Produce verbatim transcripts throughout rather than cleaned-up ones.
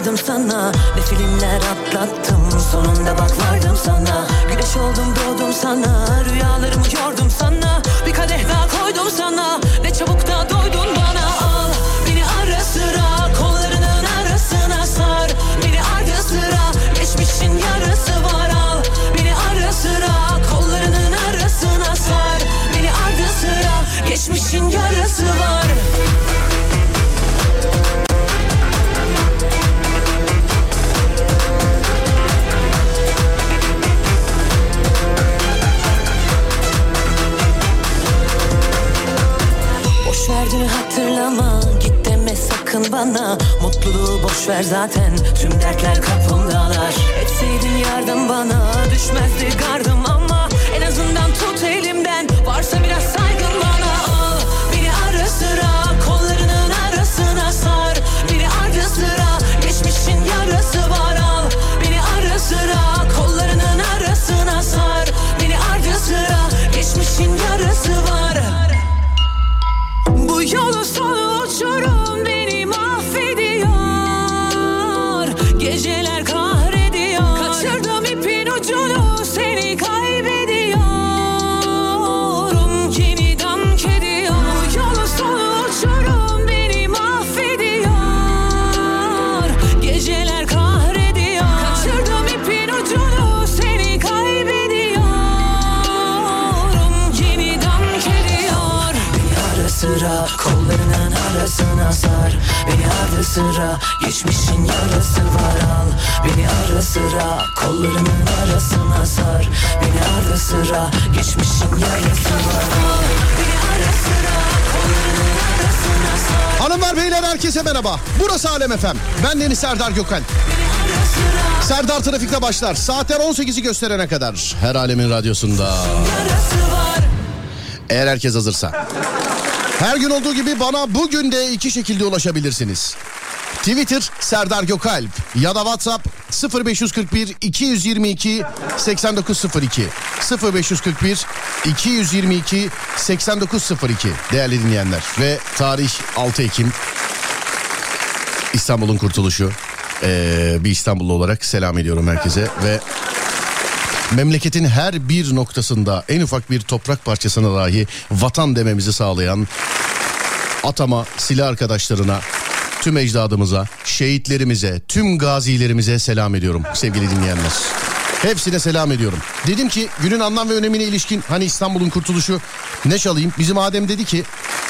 vardım sana. Ne filmler atlattım, sonunda bak vardım sana. Güneş oldum doğdum sana, rüyalarımı yordum sana. Bir kadeh daha koydum sana, ne çabuk da doydun bana. Al beni ara sıra, kollarının arasına sar. Beni ardı sıra, geçmişin yarısı var. Al beni ara sıra, kollarının arasına sar. Beni ardı sıra, geçmişin yarısı var. Boş verdiğini hatırlama, git deme sakın bana. Mutluluğu boş ver zaten, tüm dertler kapımdalar. Etseydin yardım bana, düşmezdi gardım ama en azından tut elimden, varsa biraz saygın bana. Al beni ara sıra, kollarının arasına sar. Beni ardı sıra, geçmişin yarısı var. Al beni ara sıra, kollarının arasına sar. Beni ardı sıra, geçmişin yarısı var. Bu yolun sonu uçurum beni mahvediyor. Geceler kahrediyor. Kaçırdım ipin ucunu, seni kaybediyorum. Yeni dank ediyor. Bu yolun sonu uçurum beni mahvediyor. Geceler kahrediyor. Kaçırdım ipin ucunu, seni kaybediyorum. Yeni dank ediyor. Beni ara sıra, kollarının arasına sar. Beni ardı sıra, geçmişin yarısı var. Al beni ara sıra, kollarının arasına sar. Beni ardı sıra, geçmişin yarısı var. Al beni ara sıra, kollarının arasına sar. Hanımlar beyler herkese merhaba. Burası Alem F M. Ben Deniz Serdar Gökalp. Serdar Trafik'te başlar. Saatler on sekizi gösterene kadar. Her alemin radyosunda. Eğer herkes hazırsa. Her gün olduğu gibi bana bugün de iki şekilde ulaşabilirsiniz. Twitter Serdar Gökalp ya da WhatsApp sıfır beş kırk bir iki yüz yirmi iki seksen dokuz sıfır iki sıfır beş kırk bir iki yüz yirmi iki seksen dokuz sıfır iki değerli dinleyenler. Ve tarih altı Ekim, İstanbul'un kurtuluşu. Ee, bir İstanbullu olarak selam ediyorum herkese ve memleketin her bir noktasında en ufak bir toprak parçasına dahi vatan dememizi sağlayan atama silah arkadaşlarına, tüm ecdadımıza, şehitlerimize, tüm gazilerimize selam ediyorum sevgili dinleyenler. Hepsine selam ediyorum. Dedim ki günün anlam ve önemine ilişkin hani İstanbul'un kurtuluşu ne çalayım? Bizim Adem dedi ki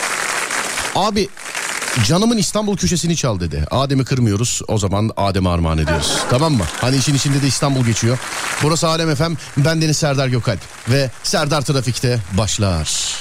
abi canımın İstanbul köşesini çal dedi. Adem'i kırmıyoruz, o zaman Adem'e armağan ediyoruz. Tamam mı? Hani işin içinde de İstanbul geçiyor. Burası Alem F M, ben Deniz Serdar Gökalp ve Serdar Trafik'te başlar.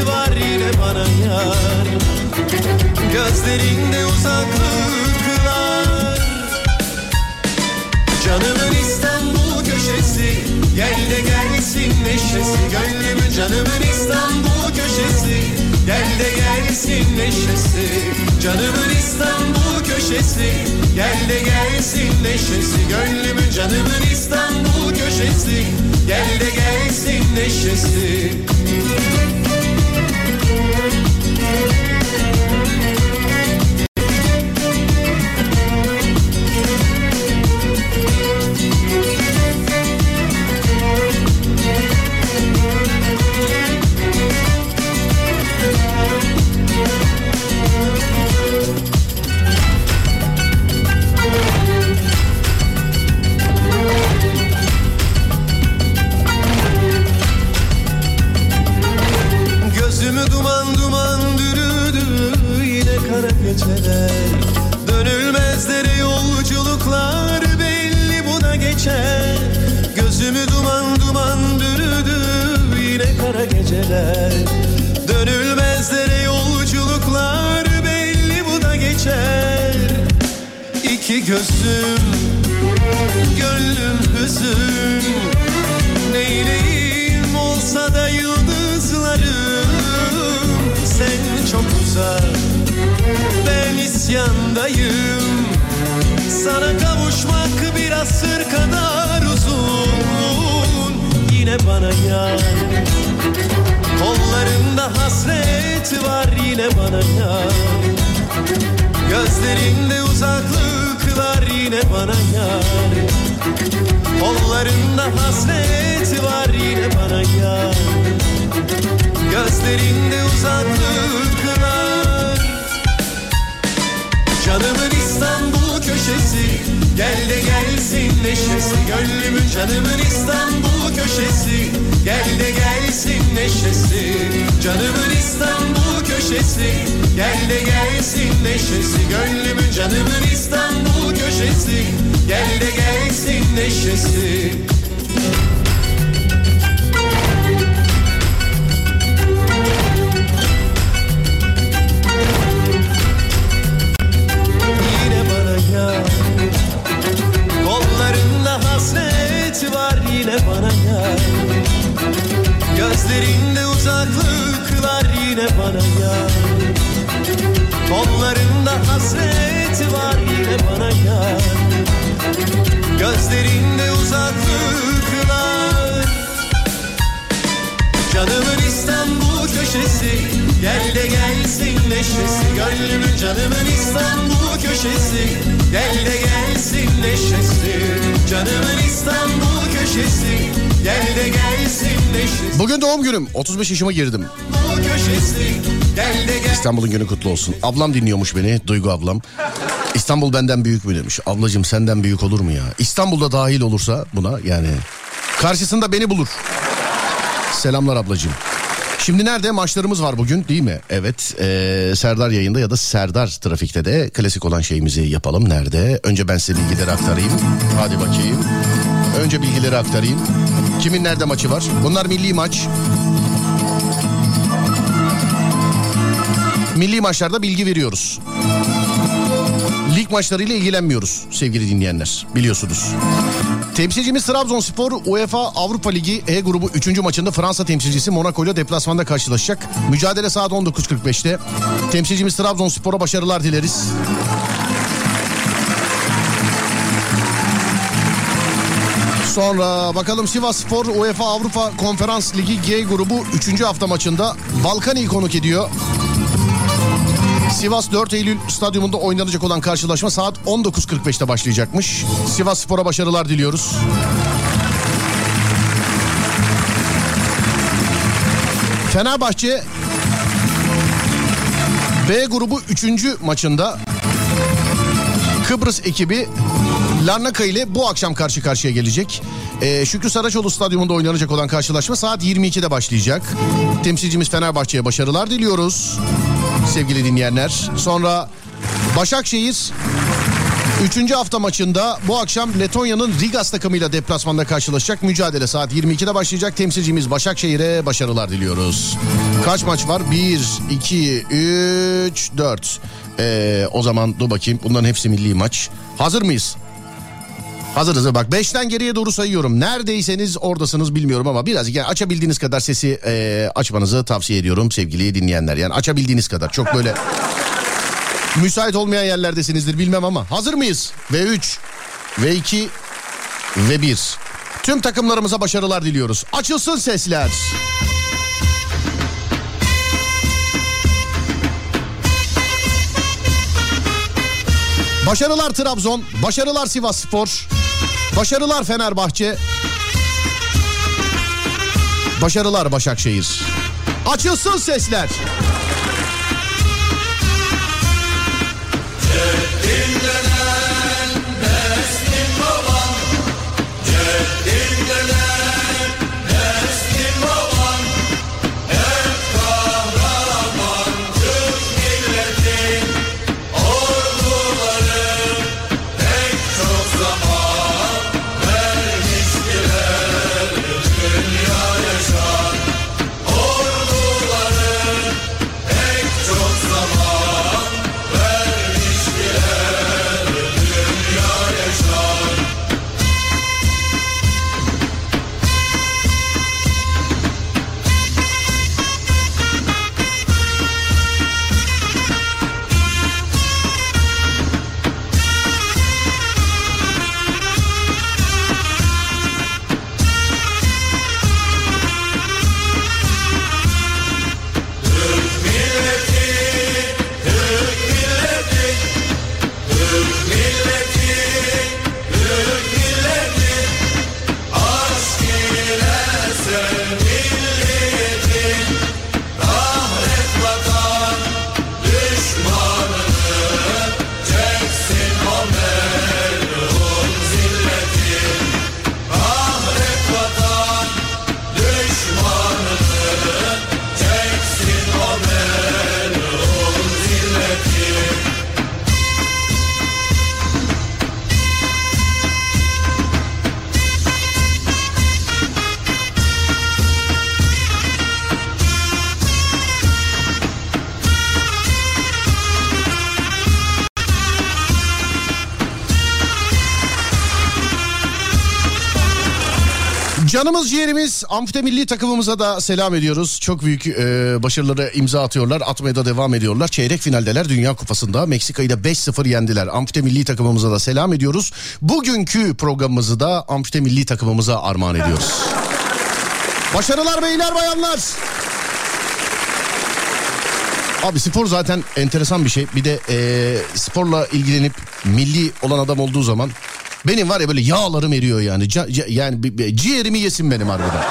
Gözlerinde uzaklıklar neşesi, gönlümün canımın İstanbul köşesi. Gel de gelsin neşesi, canımın İstanbul köşesi. Gel de gelsin neşesi, gönlümün canımın İstanbul köşesi. Gel de gelsin neşesi. Dönülmezlere yolculuklar belli buna geçer. Gözümü duman duman bürüdü yine kara geceler. Dönülmezlere yolculuklar belli buna geçer. İki gözüm, gönlüm hüzün. Neyleyim olsa da yıldızlarım. Sen çok uzak, ben isyandayım. Sana kavuşmak bir asır kadar uzun. Yine bana yar, kollarında hasret var. Yine bana yar, gözlerinde uzaklıklar. Yine bana yar, kollarında hasret var. Yine bana yar, gözlerinde uzaklıklar. Canımın İstanbul köşesi, gel de gelsin neşesi. Gönlümün canımın İstanbul köşesi, gel de gelsin neşesi. Canımın İstanbul köşesi, gel de gelsin neşesi. Gönlümün canımın İstanbul köşesi, gel de gelsin neşesi. Kollarında hasret var yine bana yar. Gözlerinde uzaklıklar yine bana yar. Kollarında hasret var yine bana yar. Gözlerinde uzaklıklar. Canımın İstanbul köşesi, gel de gelsin neşesi. Gönlümün canımın İstanbul köşesi, gel de gelsin neşesi. Canımın İstanbul köşesi, gel de gelsin neşesi. Bugün doğum günüm, otuz beş yaşıma girdim. Köşesi, gel de gel... İstanbul'un günü kutlu olsun. Ablam dinliyormuş beni, Duygu ablam. İstanbul benden büyük mü demiş. Ablacığım senden büyük olur mu ya? İstanbul'da dahil olursa buna yani karşısında beni bulur. Selamlar ablacığım. Şimdi nerede? Maçlarımız var bugün değil mi? Evet. Ee, Serdar yayında ya da Serdar trafikte de klasik olan şeyimizi yapalım. Nerede? Önce ben size bilgileri aktarayım. Hadi bakayım. Önce bilgileri aktarayım. Kimin nerede maçı var? Bunlar milli maç. Milli maçlarda bilgi veriyoruz. Lig maçlarıyla ilgilenmiyoruz sevgili dinleyenler. Biliyorsunuz. Temsilcimiz Trabzonspor UEFA Avrupa Ligi E grubu üçüncü maçında Fransa temsilcisi Monaco ile deplasmanda karşılaşacak. Mücadele saat on dokuz kırk beşte. Temsilcimiz Trabzonspor'a başarılar dileriz. Sonra bakalım Sivasspor UEFA Avrupa Konferans Ligi G grubu üçüncü hafta maçında Balkani'yi konuk ediyor. Sivas dört Eylül stadyumunda oynanacak olan karşılaşma saat on dokuz kırk beşte başlayacakmış. Sivasspor'a başarılar diliyoruz. Fenerbahçe B grubu üçüncü maçında Kıbrıs ekibi Larnaka ile bu akşam karşı karşıya gelecek. Ee, Şükrü Saraçoğlu stadyumunda oynanacak olan karşılaşma saat yirmi ikide başlayacak. Temsilcimiz Fenerbahçe'ye başarılar diliyoruz sevgili dinleyenler. Sonra Başakşehir üçüncü hafta maçında bu akşam Letonya'nın Rigas takımıyla deplasmanda karşılaşacak. Mücadele saat yirmi ikide başlayacak. Temsilcimiz Başakşehir'e başarılar diliyoruz. Kaç maç var? bir, iki, üç, dört. Ee, o zaman dur bakayım. Bunların hepsi milli maç. Hazır mıyız? Hazırız. Bak beşten geriye doğru sayıyorum. Neredeyseniz oradasınız bilmiyorum ama birazcık yani açabildiğiniz kadar sesi e, açmanızı tavsiye ediyorum sevgili dinleyenler. Yani açabildiğiniz kadar. Çok böyle müsait olmayan yerlerdesinizdir bilmem ama hazır mıyız? ve üç, ve iki, ve bir. Tüm takımlarımıza başarılar diliyoruz. Açılsın sesler. Başarılar Trabzon, başarılar Sivasspor, başarılar Fenerbahçe, başarılar Başakşehir. Açılsın sesler. Canımız ciğerimiz Amfite Milli takımımıza da selam ediyoruz. Çok büyük e, başarılara imza atıyorlar. Atmaya da devam ediyorlar. Çeyrek finaldeler Dünya Kupası'nda. Meksika'yı da beş sıfır yendiler. Amfite Milli takımımıza da selam ediyoruz. Bugünkü programımızı da Amfite Milli takımımıza armağan ediyoruz. Başarılar beyler bayanlar. Abi spor zaten enteresan bir şey. Bir de e, sporla ilgilenip milli olan adam olduğu zaman benim var ya böyle yağlarım eriyor yani. Ca, ca, yani ciğerimi yesin benim harbiden.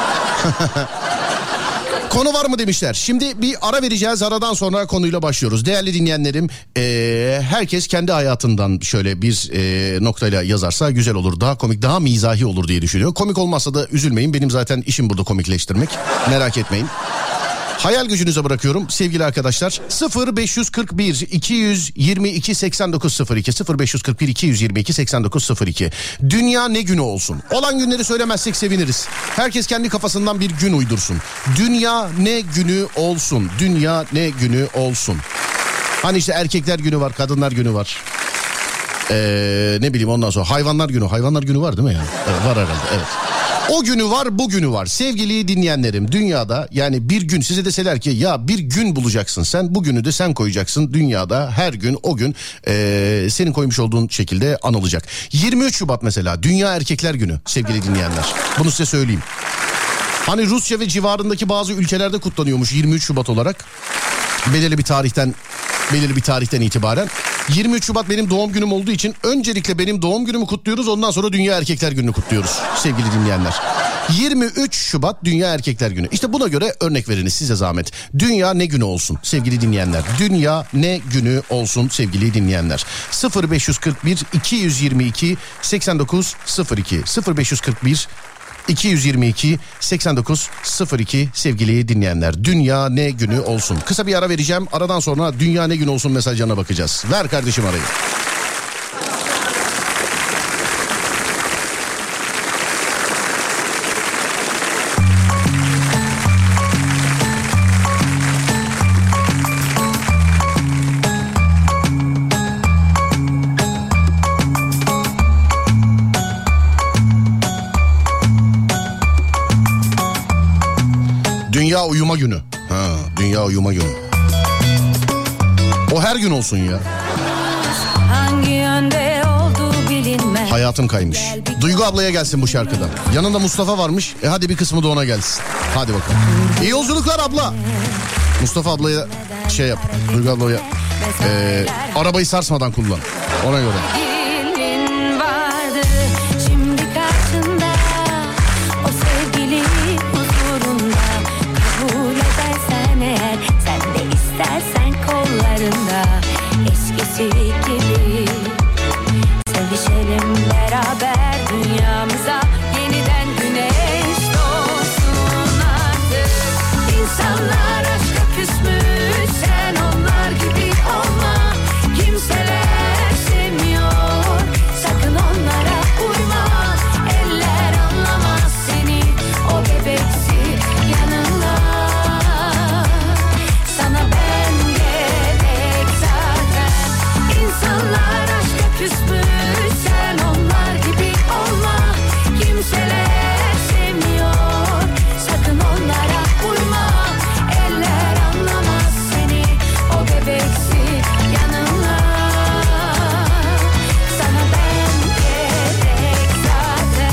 Konu var mı demişler. Şimdi bir ara vereceğiz. Aradan sonra konuyla başlıyoruz. Değerli dinleyenlerim, e, herkes kendi hayatından şöyle bir e, noktayla yazarsa güzel olur. Daha komik, daha mizahi olur diye düşünüyor. Komik olmazsa da üzülmeyin. Benim zaten işim burada komikleştirmek. Merak etmeyin. Hayal gücünüze bırakıyorum sevgili arkadaşlar. sıfır beş kırk bir iki yüz yirmi iki seksen dokuz sıfır iki sıfır beş kırk bir iki yüz yirmi iki seksen dokuz sıfır iki. Dünya ne günü olsun? Olan günleri söylemezsek seviniriz. Herkes kendi kafasından bir gün uydursun. Dünya ne günü olsun? Dünya ne günü olsun? Hani işte erkekler günü var, kadınlar günü var. Ee, ne bileyim ondan sonra hayvanlar günü. Hayvanlar günü var değil mi yani? Evet, var herhalde, evet. O günü var, bu günü var. Sevgili dinleyenlerim, dünyada yani bir gün size deseler ki ya bir gün bulacaksın sen, bugünü de sen koyacaksın. Dünyada her gün o gün e, senin koymuş olduğun şekilde anılacak. yirmi üç Şubat mesela Dünya Erkekler Günü sevgili dinleyenler. Bunu size söyleyeyim. Hani Rusya ve civarındaki bazı ülkelerde kutlanıyormuş yirmi üç Şubat olarak. Belirli bir tarihten belirli bir tarihten itibaren. yirmi üç Şubat benim doğum günüm olduğu için öncelikle benim doğum günümü kutluyoruz. Ondan sonra Dünya Erkekler Günü'nü kutluyoruz sevgili dinleyenler. yirmi üç Şubat Dünya Erkekler Günü. İşte buna göre örnek veriniz size zahmet. Dünya ne günü olsun sevgili dinleyenler? Dünya ne günü olsun sevgili dinleyenler? sıfır beş kırk bir iki yüz yirmi iki seksen dokuz sıfır iki sıfır beş kırk bir iki yüz yirmi iki seksen dokuz sıfır iki sevgili dinleyenler. Dünya ne günü olsun? Kısa bir ara vereceğim. Aradan sonra dünya ne günü olsun mesajlarına bakacağız. Ver kardeşim arayı. Dünya Uyuma Günü. Ha, Dünya Uyuma Günü. O her gün olsun ya. Hangi yönde olduğu bilinmez. Hayatım kaymış. Duygu ablaya gelsin bu şarkıdan. Yanında Mustafa varmış. E hadi bir kısmı da ona gelsin. Hadi bakalım. İyi yolculuklar abla. Mustafa ablaya şey yap. Duygu ablaya e, arabayı sarsmadan kullan. Ona göre. Eskisi gibi sevişelim beraber, dünyamıza yeniden güneş doğsun artık. İnsanlar aşka küsmüş, sen onlar gibi olma. Kimseler sevmiyor, sakın onlara uyma. Eller anlamaz seni, o bebeksi yanında. Sana ben gerek zaten. İnsanlar aşka küsmüş, sen onlar gibi olma. Kimseler sevmiyor, sakın onlara uyma. Eller anlamaz seni, o bebeksi yanına. Sana ben gerek zaten.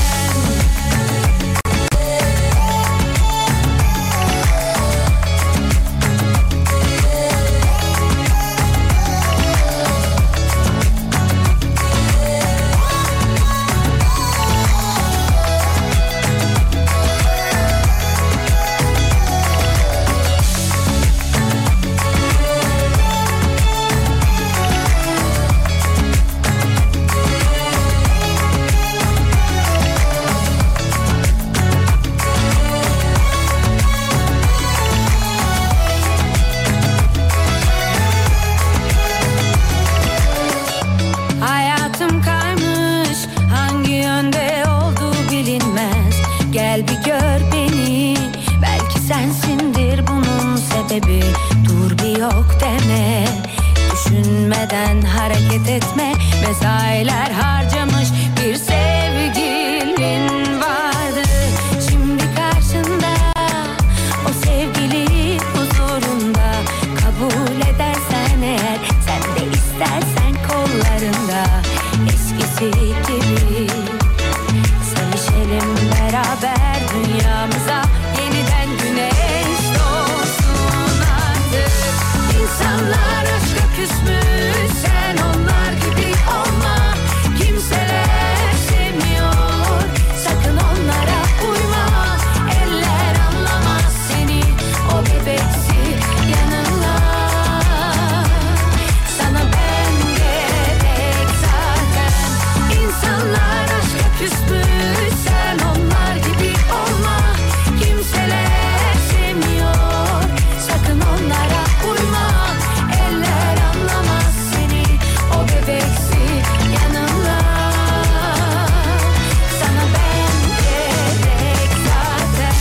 Hayatım kaymış, hangi yönde olduğu bilinmez. Gel bir gör beni, belki sensindir bunun sebebi. Dur bir yok deme, düşünmeden hareket etme. Mesailer harcamış bir sevgilin vardı. Şimdi karşında o sevgili huzurunda. Kabul edersen eğer, sen de istersen kollarında. Eskisi gibi sevişelim beraber, dünyamıza yeniden güneş doğsun artık. İnsanlar aşka küsmüş, sen onlar gibi olma. Kimseler sevmiyor, sakın onlara uyma. Eller anlamaz seni, o bebeksi yanına. Sana ben gerek zaten. İnsanlar aşka küsmüş, sen onlar gibi olma. Kimseler sevmiyor, sakın onlara uyma. Eller anlamaz seni, o bebeksi yanına. Sana ben gerek zaten.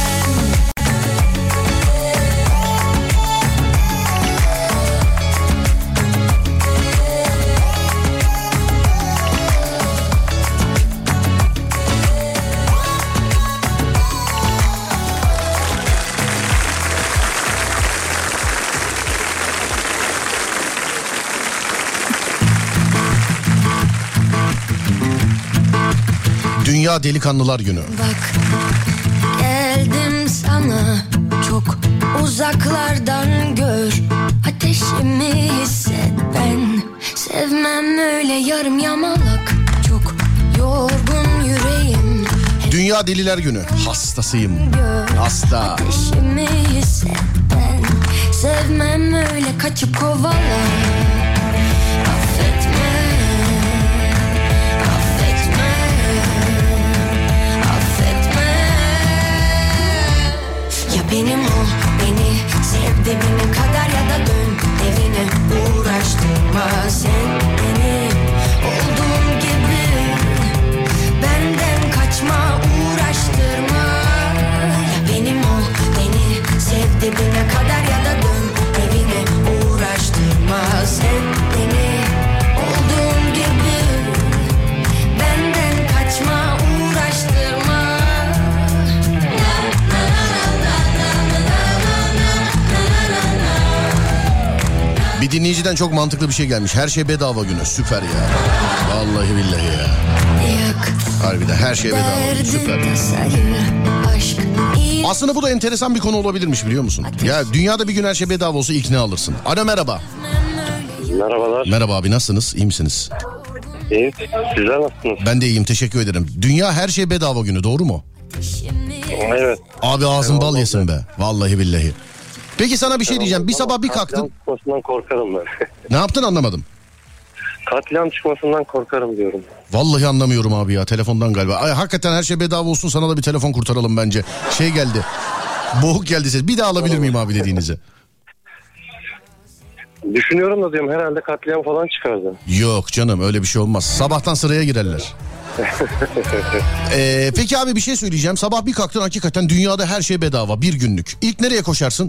Dünya Delikanlılar Günü. Bak geldim sana, çok uzaklardan gör. Ateşimi hisset, ben sevmem öyle yarım yamalak. Çok yorgun yüreğim. Dünya Deliler Günü. Hastasıyım. Hasta. Ateşimi hisset, ben sevmem öyle kaçıp kovala. Affetme, affetme, affetme. Ya benim ol, beni sev dibine kadar, ya da dön evine. Uğraştırma sen beni olduğum gibi. Benden kaçma, uğraştırma. Ya benim ol, beni sev dibine kadar, ya da dön evine. Uğraştırma sen beni olduğum dinleyiciden çok mantıklı bir şey gelmiş. Her şey bedava günü. Süper ya. Vallahi billahi ya. Harbiden her şey bedava günü. Süper. Aslında bu da enteresan bir konu olabilirmiş, biliyor musun? Ya dünyada bir gün her şey bedava olsa ilk ne alırsın? Alo, merhaba. Merhabalar. Merhaba abi, nasılsınız? İyi misiniz? İyiyim. Sizler nasılsınız? Ben de iyiyim, teşekkür ederim. Dünya her şey bedava günü, doğru mu? Evet. Abi ağzın Evet, bal yesin be. Vallahi billahi. Peki sana bir şey Evet, diyeceğim. Bir sabah bir kalktın. Katliam çıkmasından korkarım ben. Ne yaptın, anlamadım. Katliam çıkmasından korkarım diyorum. Vallahi anlamıyorum abi ya, telefondan galiba. Ay, hakikaten her şey bedava olsun, sana da bir telefon kurtaralım bence. Şey geldi. Boğuk geldi ses. Bir daha alabilir miyim abi dediğinizi? Düşünüyorum da diyorum, herhalde katliam falan çıkardı. Yok canım, öyle bir şey olmaz. Sabahtan sıraya girerler. ee, peki abi bir şey söyleyeceğim. Sabah bir kalktın, hakikaten dünyada her şey bedava bir günlük. İlk nereye koşarsın?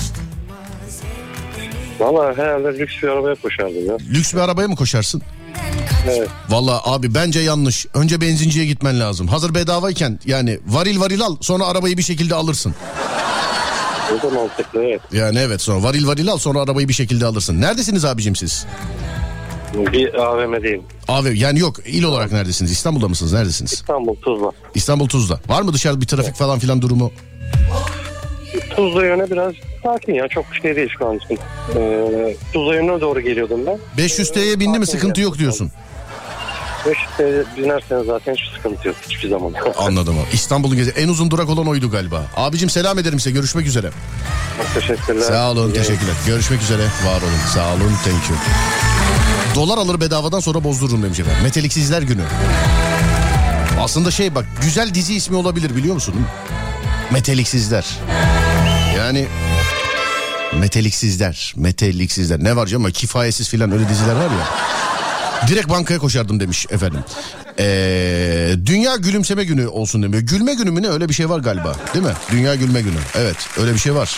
Valla herhalde lüks bir arabaya koşardım ya. Lüks bir arabaya mı koşarsın? Evet. Valla abi bence yanlış. Önce benzinciye gitmen lazım. Hazır bedavayken yani varil varil al, sonra arabayı bir şekilde alırsın. O da mantıklı, evet. Yani evet, sonra varil varil al, sonra arabayı bir şekilde alırsın. Neredesiniz abicim siz? Bir A V M'deyim. Abi yani yok, il olarak neredesiniz? İstanbul'da mısınız? Neredesiniz? İstanbul, Tuzla. İstanbul Tuzla. Var mı dışarıda bir trafik evet. falan filan durumu? Tuzla yöne biraz sakin ya, çok bir şey değil şu an için. Ee, Tuzla yönüne doğru geliyordum ben. beş yüz T'ye bindi mi sıkıntı yok diyorsun. beş yüz T'ye binerseniz zaten hiç sıkıntı yok hiçbir zaman. Anladım abi. İstanbul'un gezi en uzun durak olan oydu galiba. Abicim selam ederim size, görüşmek üzere. Çok teşekkürler. Sağ olun, teşekkürler. Görüşmek üzere, var olun. Sağ olun, thank you. Dolar alır bedavadan sonra bozdururum demiş efendim. Meteliksizler günü. Aslında şey bak, güzel dizi ismi olabilir, biliyor musun? Meteliksizler. Yani meteliksizler, meteliksizler. Ne var canım, kifayetsiz filan öyle diziler var ya. Direkt bankaya koşardım demiş efendim. Ee, Dünya Gülümseme Günü olsun demiyor. Gülme günü mü ne, öyle bir şey var galiba, değil mi? Dünya Gülme Günü. Evet, öyle bir şey var.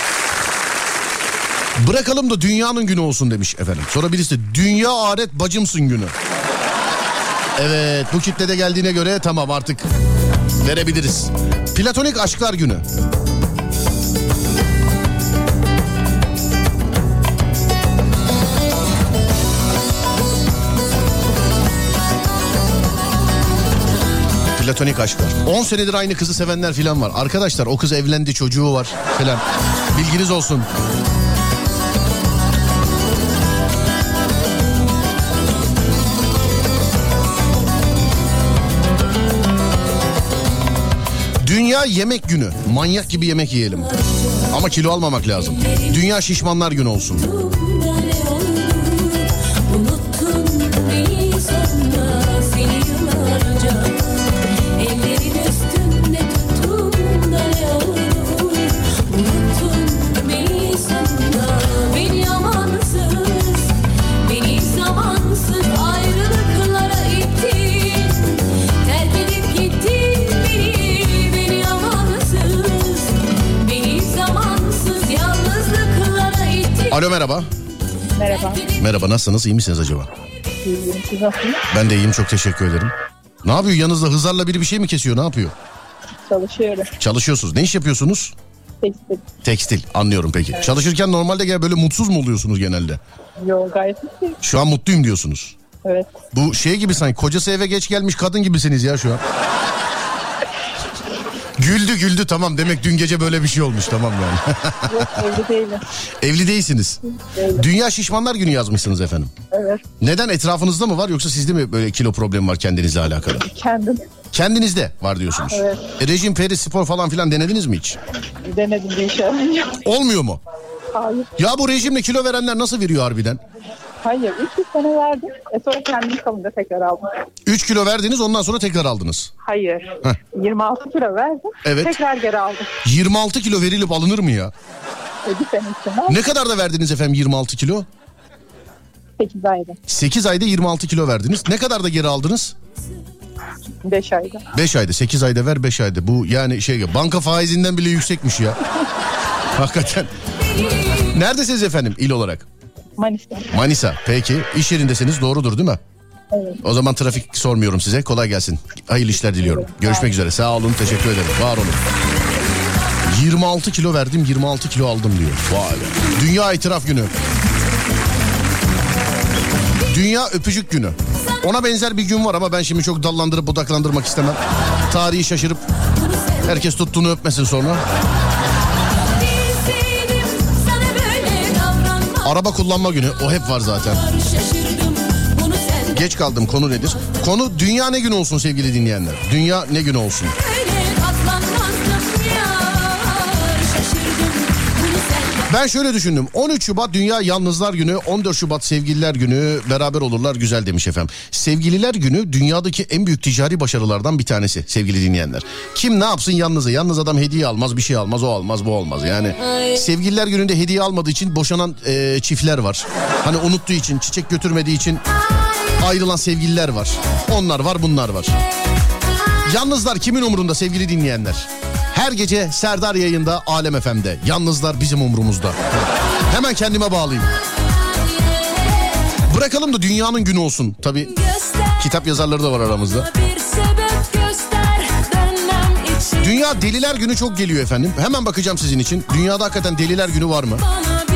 Bırakalım da dünyanın günü olsun demiş efendim. Sonra birisi de dünya aret bacımsın günü. Evet, bu kitlede geldiğine göre tamam, artık verebiliriz. Platonik aşklar günü. Platonik aşklar. on senedir aynı kızı sevenler filan var. Arkadaşlar o kız evlendi, çocuğu var filan. Bilginiz olsun. Dünya yemek günü. Manyak gibi yemek yiyelim. Ama kilo almamak lazım. Dünya şişmanlar günü olsun. Alo, merhaba. Merhaba. Merhaba, nasılsınız? İyi misiniz acaba? İyiyim. Siz nasılsınız? Ben de iyiyim, çok teşekkür ederim. Ne yapıyor yanınızda, hızarla biri bir şey mi kesiyor, ne yapıyor? Çalışıyorum. Çalışıyorsunuz. Ne iş yapıyorsunuz? Tekstil. Tekstil, anlıyorum peki. Evet. Çalışırken normalde gel böyle mutsuz mu oluyorsunuz genelde? Yok, gayet mutluyum. Şu an mutluyum diyorsunuz. Evet. Bu şey gibi sanki, kocası eve geç gelmiş kadın gibisiniz ya şu an. Güldü güldü, tamam, demek dün gece böyle bir şey olmuş, tamam yani. Yok, evli değilim. Evli değilsiniz. Değilim. Dünya Şişmanlar Günü yazmışsınız efendim. Evet. Neden, etrafınızda mı var yoksa sizde mi böyle kilo problemi var kendinizle alakalı? Kendim. Kendinizde var diyorsunuz. Evet. E, rejim, peri, spor falan filan denediniz mi hiç? Denedim de inşallah. Olmuyor mu? Hayır. Ya bu rejimle kilo verenler nasıl veriyor harbiden? Hayır, üç sene verdim. E sonra kendim kalınca tekrar aldım. üç kilo verdiniz, ondan sonra tekrar aldınız. Hayır. Heh. yirmi altı kilo verdim. Evet. Tekrar geri aldım. yirmi altı kilo verilip alınır mı ya? E, bir sene içinde. Ne kadar da verdiniz efendim yirmi altı kilo? sekiz ayda. sekiz ayda yirmi altı kilo verdiniz. Ne kadar da geri aldınız? beş ayda. beş ayda. sekiz ayda ver, beş ayda. Bu yani şey, banka faizinden bile yüksekmiş ya. Hakikaten. Neredesiniz efendim il olarak? Manisa. Manisa. Peki. İş yerindesiniz, doğrudur değil mi? Evet. O zaman trafik sormuyorum size. Kolay gelsin. Hayırlı işler diliyorum. Evet, görüşmek üzere. Sağ olun. Teşekkür ederim. Var olun. yirmi altı kilo verdim, yirmi altı kilo aldım diyor. Vay be. Dünya İtiraf Günü. Dünya öpücük günü. Ona benzer bir gün var ama ben şimdi çok dallandırıp budaklandırmak istemem. Tarihi şaşırıp herkes tuttuğunu öpmesin sonra. Araba kullanma günü, o hep var zaten. Geç kaldım, konu nedir? Konu dünya ne günü olsun sevgili dinleyenler? Dünya ne günü olsun? Ben şöyle düşündüm. on üç Şubat Dünya Yalnızlar Günü, on dört Şubat Sevgililer Günü, beraber olurlar güzel demiş efendim. Sevgililer Günü dünyadaki en büyük ticari başarılardan bir tanesi sevgili dinleyenler. Kim ne yapsın yalnızı? Yalnız adam hediye almaz, bir şey almaz, o almaz, bu olmaz. Yani Sevgililer Günü'nde hediye almadığı için boşanan e, çiftler var. Hani unuttuğu için, çiçek götürmediği için ayrılan sevgililer var. Onlar var, bunlar var. Yalnızlar kimin umurunda sevgili dinleyenler? Her gece Serdar yayında, Alem F M'de. Yalnızlar bizim umurumuzda. Hemen kendime bağlayayım. Bırakalım da dünyanın günü olsun. Tabii kitap yazarları da var aramızda. Dünya Deliler Günü çok geliyor efendim. Hemen bakacağım sizin için. Dünyada hakikaten Deliler Günü var mı?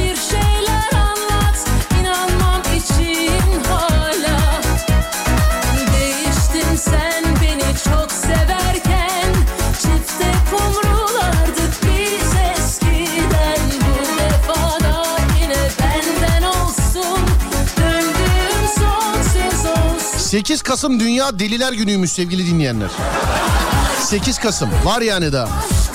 sekiz Kasım Dünya Deliler Günü'ymüş sevgili dinleyenler. sekiz Kasım var yani daha.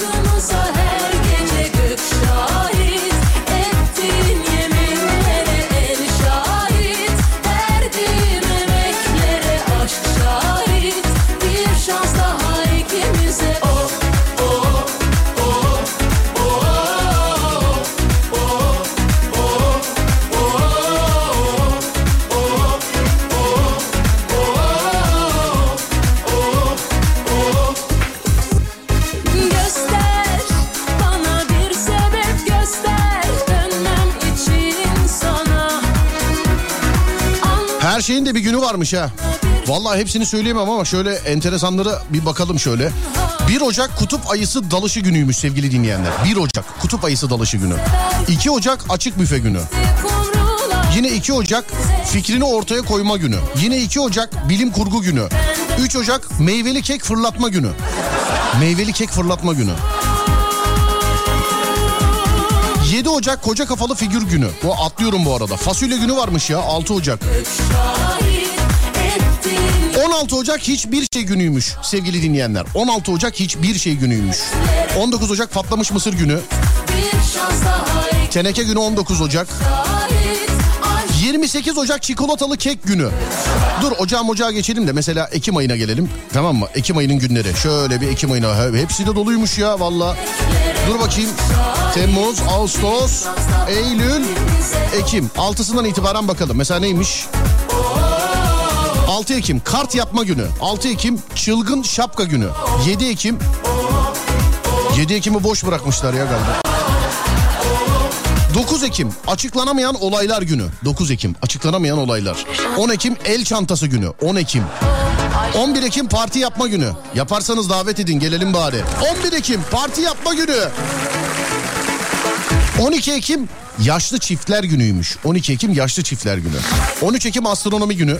Her şeyin de bir günü varmış ha. Vallahi hepsini söyleyemem ama şöyle enteresanlara bir bakalım şöyle. bir Ocak Kutup Ayısı Dalışı Günü'ymüş sevgili dinleyenler. bir Ocak Kutup Ayısı Dalışı Günü. iki Ocak Açık Büfe Günü. Yine iki Ocak Fikrini Ortaya Koyma Günü. Yine iki Ocak Bilim Kurgu Günü. üç Ocak Meyveli Kek Fırlatma Günü. Meyveli Kek Fırlatma Günü. yedi Ocak Koca Kafalı Figür Günü. Bu atlıyorum bu arada. Fasulye Günü varmış ya, altı Ocak. on altı Ocak Hiçbir Şey Günü'ymüş sevgili dinleyenler. on altı Ocak Hiçbir Şey Günü'ymüş. on dokuz Ocak Patlamış Mısır Günü. Teneke Günü on dokuz Ocak. yirmi sekiz Ocak Çikolatalı Kek Günü. Dur ocağım ocağa geçelim de mesela Ekim ayına gelelim. Tamam mı? Ekim ayının günleri. Şöyle bir Ekim ayına. Hepsi de doluymuş ya valla. Dur bakayım. Temmuz, Ağustos, Eylül, Ekim. altısından itibaren bakalım. Mesela neymiş? altı Ekim Kart Yapma Günü. altı Ekim Çılgın Şapka Günü. yedi Ekim yedi Ekim'i boş bırakmışlar ya galiba. dokuz Ekim Açıklanamayan Olaylar Günü. dokuz Ekim Açıklanamayan Olaylar. on Ekim El Çantası Günü. on Ekim on bir Ekim Parti Yapma Günü. Yaparsanız davet edin, gelelim bari. on bir Ekim Parti Yapma Günü. on iki Ekim Yaşlı Çiftler Günü'ymüş. on iki Ekim Yaşlı Çiftler Günü. on üç Ekim Astronomi Günü.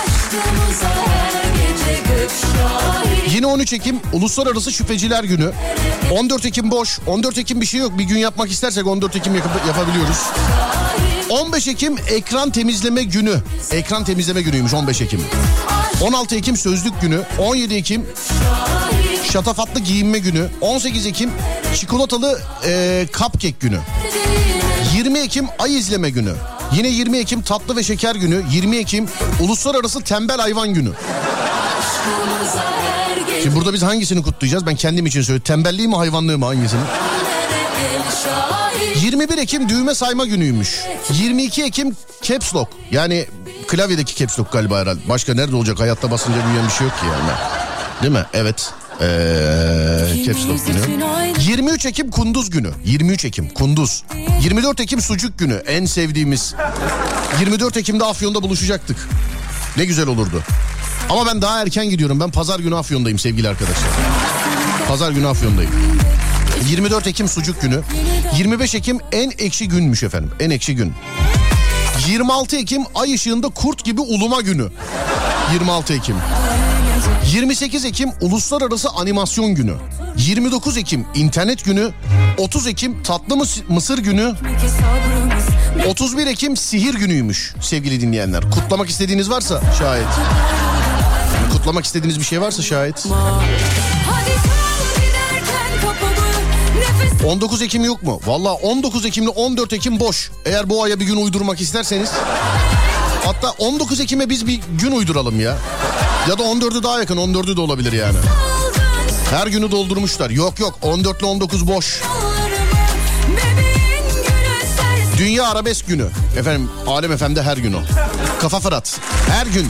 Yine on üç Ekim Uluslararası Şüpheciler Günü. on dört Ekim boş. on dört Ekim bir şey yok. Bir gün yapmak istersek on dört Ekim yap- yapabiliyoruz. on beş Ekim Ekran Temizleme Günü. Ekran Temizleme Günü'ymüş on beş Ekim. on altı Ekim Sözlük Günü. on yedi Ekim Şatafatlı Giyinme Günü. on sekiz Ekim Çikolatalı e, Cupcake Günü. yirmi Ekim Ay İzleme Günü. Yine yirmi Ekim Tatlı ve Şeker Günü. yirmi Ekim Uluslararası Tembel Hayvan Günü. Şimdi burada biz hangisini kutlayacağız? Ben kendim için söylüyorum. Tembelliği mi, hayvanlığı mı, hangisini? yirmi bir Ekim Düğme Sayma Günü'ymüş. yirmi iki Ekim Caps Lock. Yani klavyedeki Caps Lock galiba herhalde. Başka nerede olacak? Hayatta basınca büyüyen bir şey yok ki yani. Değil mi? Evet. Ee, Caps Lock günü. yirmi üç Ekim Kunduz Günü. yirmi üç Ekim Kunduz. yirmi dört Ekim Sucuk Günü. En sevdiğimiz. yirmi dört Ekim'de Afyon'da buluşacaktık. Ne güzel olurdu. Ama ben daha erken gidiyorum. Ben pazar günü Afyon'dayım sevgili arkadaşlar. Pazar günü Afyon'dayım. yirmi dört Ekim Sucuk Günü. yirmi beş Ekim En Ekşi Günmüş efendim. En Ekşi Gün. yirmi altı Ekim ay ışığında kurt gibi uluma günü. yirmi altı Ekim. yirmi sekiz Ekim Uluslararası Animasyon Günü. yirmi dokuz Ekim İnternet Günü. otuz Ekim Tatlı Mısır Günü. otuz bir Ekim Sihir Günü'ymüş sevgili dinleyenler. Kutlamak istediğiniz varsa şayet. Yani kutlamak istediğiniz bir şey varsa şayet. on dokuz Ekim yok mu? Valla on dokuz Ekim ile on dört Ekim boş. Eğer bu aya bir gün uydurmak isterseniz. Hatta on dokuz Ekim'e biz bir gün uyduralım ya. Ya da on dördü daha yakın, on dördü de olabilir yani. Her günü doldurmuşlar. Yok yok, on dört ile on dokuz boş. Dünya Arabesk Günü. Efendim Alem F M'de her gün o. Kafa Fırat. Her gün.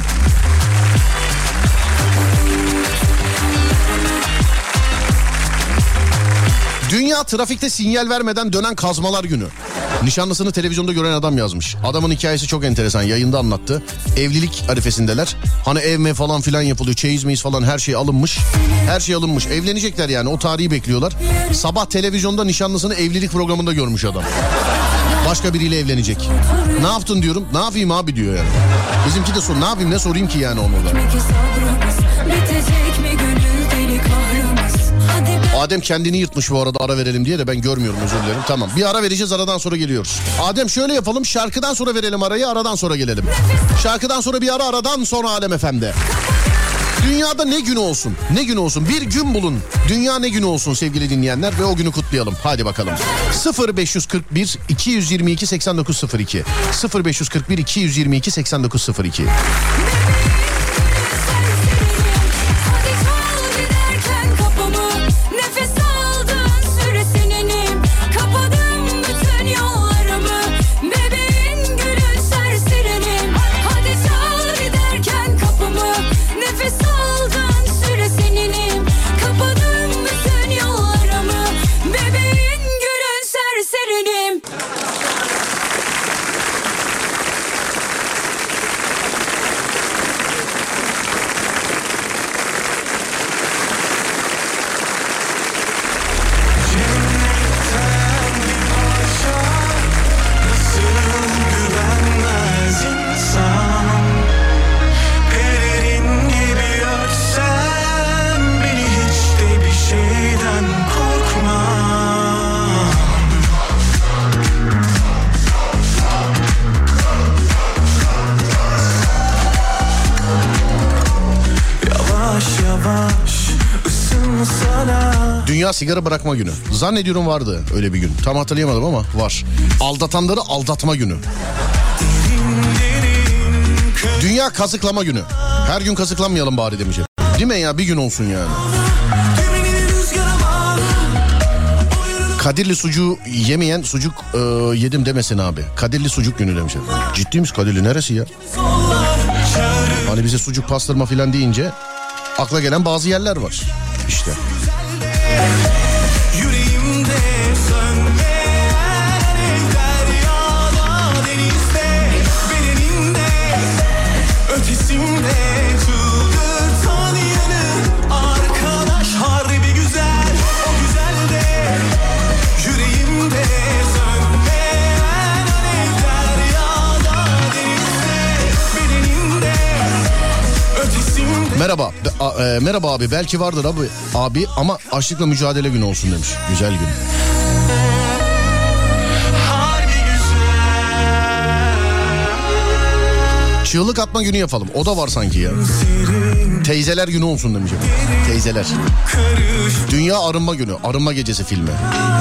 Dünya Trafikte Sinyal Vermeden Dönen Kazmalar Günü. Nişanlısını televizyonda gören adam yazmış. Adamın hikayesi çok enteresan, yayında anlattı. Evlilik arifesindeler. Hani ev mi falan filan yapılıyor. Çeyiz meyiz falan her şey alınmış. Her şey alınmış. Evlenecekler yani, o tarihi bekliyorlar. Sabah televizyonda nişanlısını evlilik programında görmüş adam. Başka biriyle evlenecek. Ne yaptın diyorum. Ne yapayım abi diyor yani. Bizimki de sor. Ne yapayım, ne sorayım ki yani onu da. Adem kendini yırtmış bu arada, ara verelim diye de ben görmüyorum, özür dilerim. Tamam, bir ara vereceğiz, aradan sonra geliyoruz. Adem şöyle yapalım, şarkıdan sonra verelim arayı, aradan sonra gelelim. Şarkıdan sonra bir ara, aradan sonra Alem F M'de. Dünyada ne günü olsun? Ne günü olsun? Bir gün bulun. Dünya ne günü olsun sevgili dinleyenler ve o günü kutlayalım. Hadi bakalım. sıfır beş kırk bir iki yüz yirmi iki seksen dokuz sıfır iki sıfır beş kırk bir iki yüz yirmi iki seksen dokuz sıfır iki. Dünya Sigara Bırakma Günü. Zannediyorum vardı öyle bir gün. Tam hatırlayamadım ama var. Aldatanları aldatma günü. Dünya Kazıklama Günü. Her gün kazıklanmayalım bari demişim. Değil mi ya, bir gün olsun yani. Kadirli sucuğu yemeyen sucuk e, yedim demesin abi. Kadirli sucuk günü demiş efendim. Ciddi misin? Kadirli neresi ya? Hani bize sucuk pastırma filan deyince akla gelen bazı yerler var. İşte. Yüreğimde sönmeyen deryada denizde bedenimde ötesimde çıldırtan yanı arkadaş harbi güzel o güzel de yüreğimde sönmeyen deryada denizde bedenimde ötesimde. Merhaba. A, e, merhaba abi, belki vardır abi abi ama açlıkla mücadele günü olsun demiş. Güzel gün. Çığlık atma günü yapalım. O da var sanki ya. Teyzeler günü olsun demiş. Teyzeler. Dünya Arınma Günü. Arınma Gecesi filmi.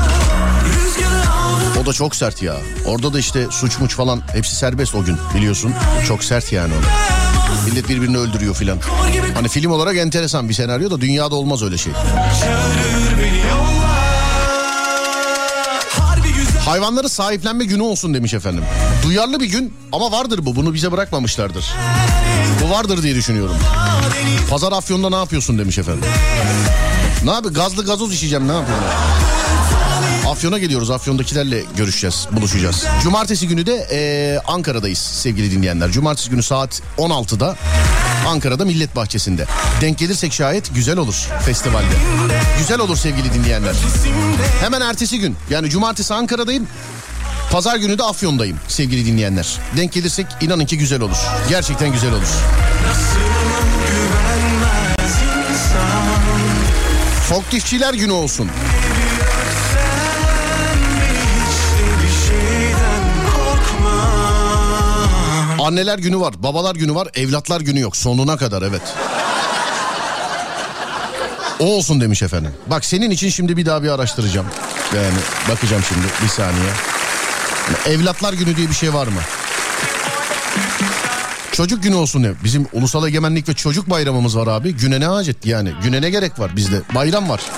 O da çok sert ya. Orada da işte suç muç falan hepsi serbest o gün, biliyorsun. Çok sert yani o. Millet birbirini öldürüyor filan. Hani film olarak enteresan bir senaryo da dünyada olmaz öyle şey. Hayvanları sahiplenme günü olsun demiş efendim. Duyarlı bir gün ama vardır bu. Bunu bize bırakmamışlardır. Bu vardır diye düşünüyorum. Pazar Afyon'da ne yapıyorsun demiş efendim. Ne yapayım? Gazlı gazoz içeceğim, ne yapayım? Afyon'a geliyoruz. Afyon'dakilerle görüşeceğiz, buluşacağız. Cumartesi günü de e, Ankara'dayız sevgili dinleyenler. Cumartesi günü saat on altıda Ankara'da Millet Bahçesi'nde. Denk gelirsek şayet güzel olur festivalde. Güzel olur sevgili dinleyenler. Hemen ertesi gün, yani cumartesi Ankara'dayım. Pazar günü de Afyon'dayım sevgili dinleyenler. Denk gelirsek inanın ki güzel olur. Gerçekten güzel olur. Forkliftçiler günü olsun. Anneler günü var, babalar günü var, evlatlar günü yok. Sonuna kadar, evet. O olsun demiş efendim. Bak senin için şimdi bir daha bir araştıracağım. Yani bakacağım şimdi bir saniye. Evlatlar günü diye bir şey var mı? Çocuk günü olsun ya. Bizim Ulusal Egemenlik ve Çocuk Bayramımız var abi. Güne ne hacet yani? Güne ne gerek var bizde? Bayram var.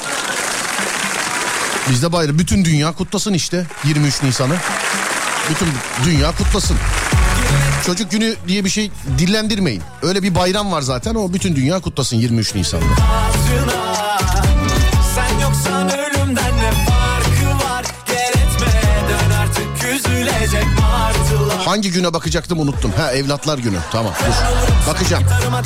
Bizde bayram. Bütün dünya kutlasın işte yirmi üç Nisan'ı. Bütün dünya kutlasın. Çocuk günü diye bir şey dillendirmeyin. Öyle bir bayram var zaten, o bütün dünya kutlasın yirmi üç Nisan'da. Sen yoksan ölümden ne farkı var? Gel etme, dön artık üzülecek martılar. Hangi güne bakacaktım unuttum. Ha, evlatlar günü. Tamam dur. Bakacağım.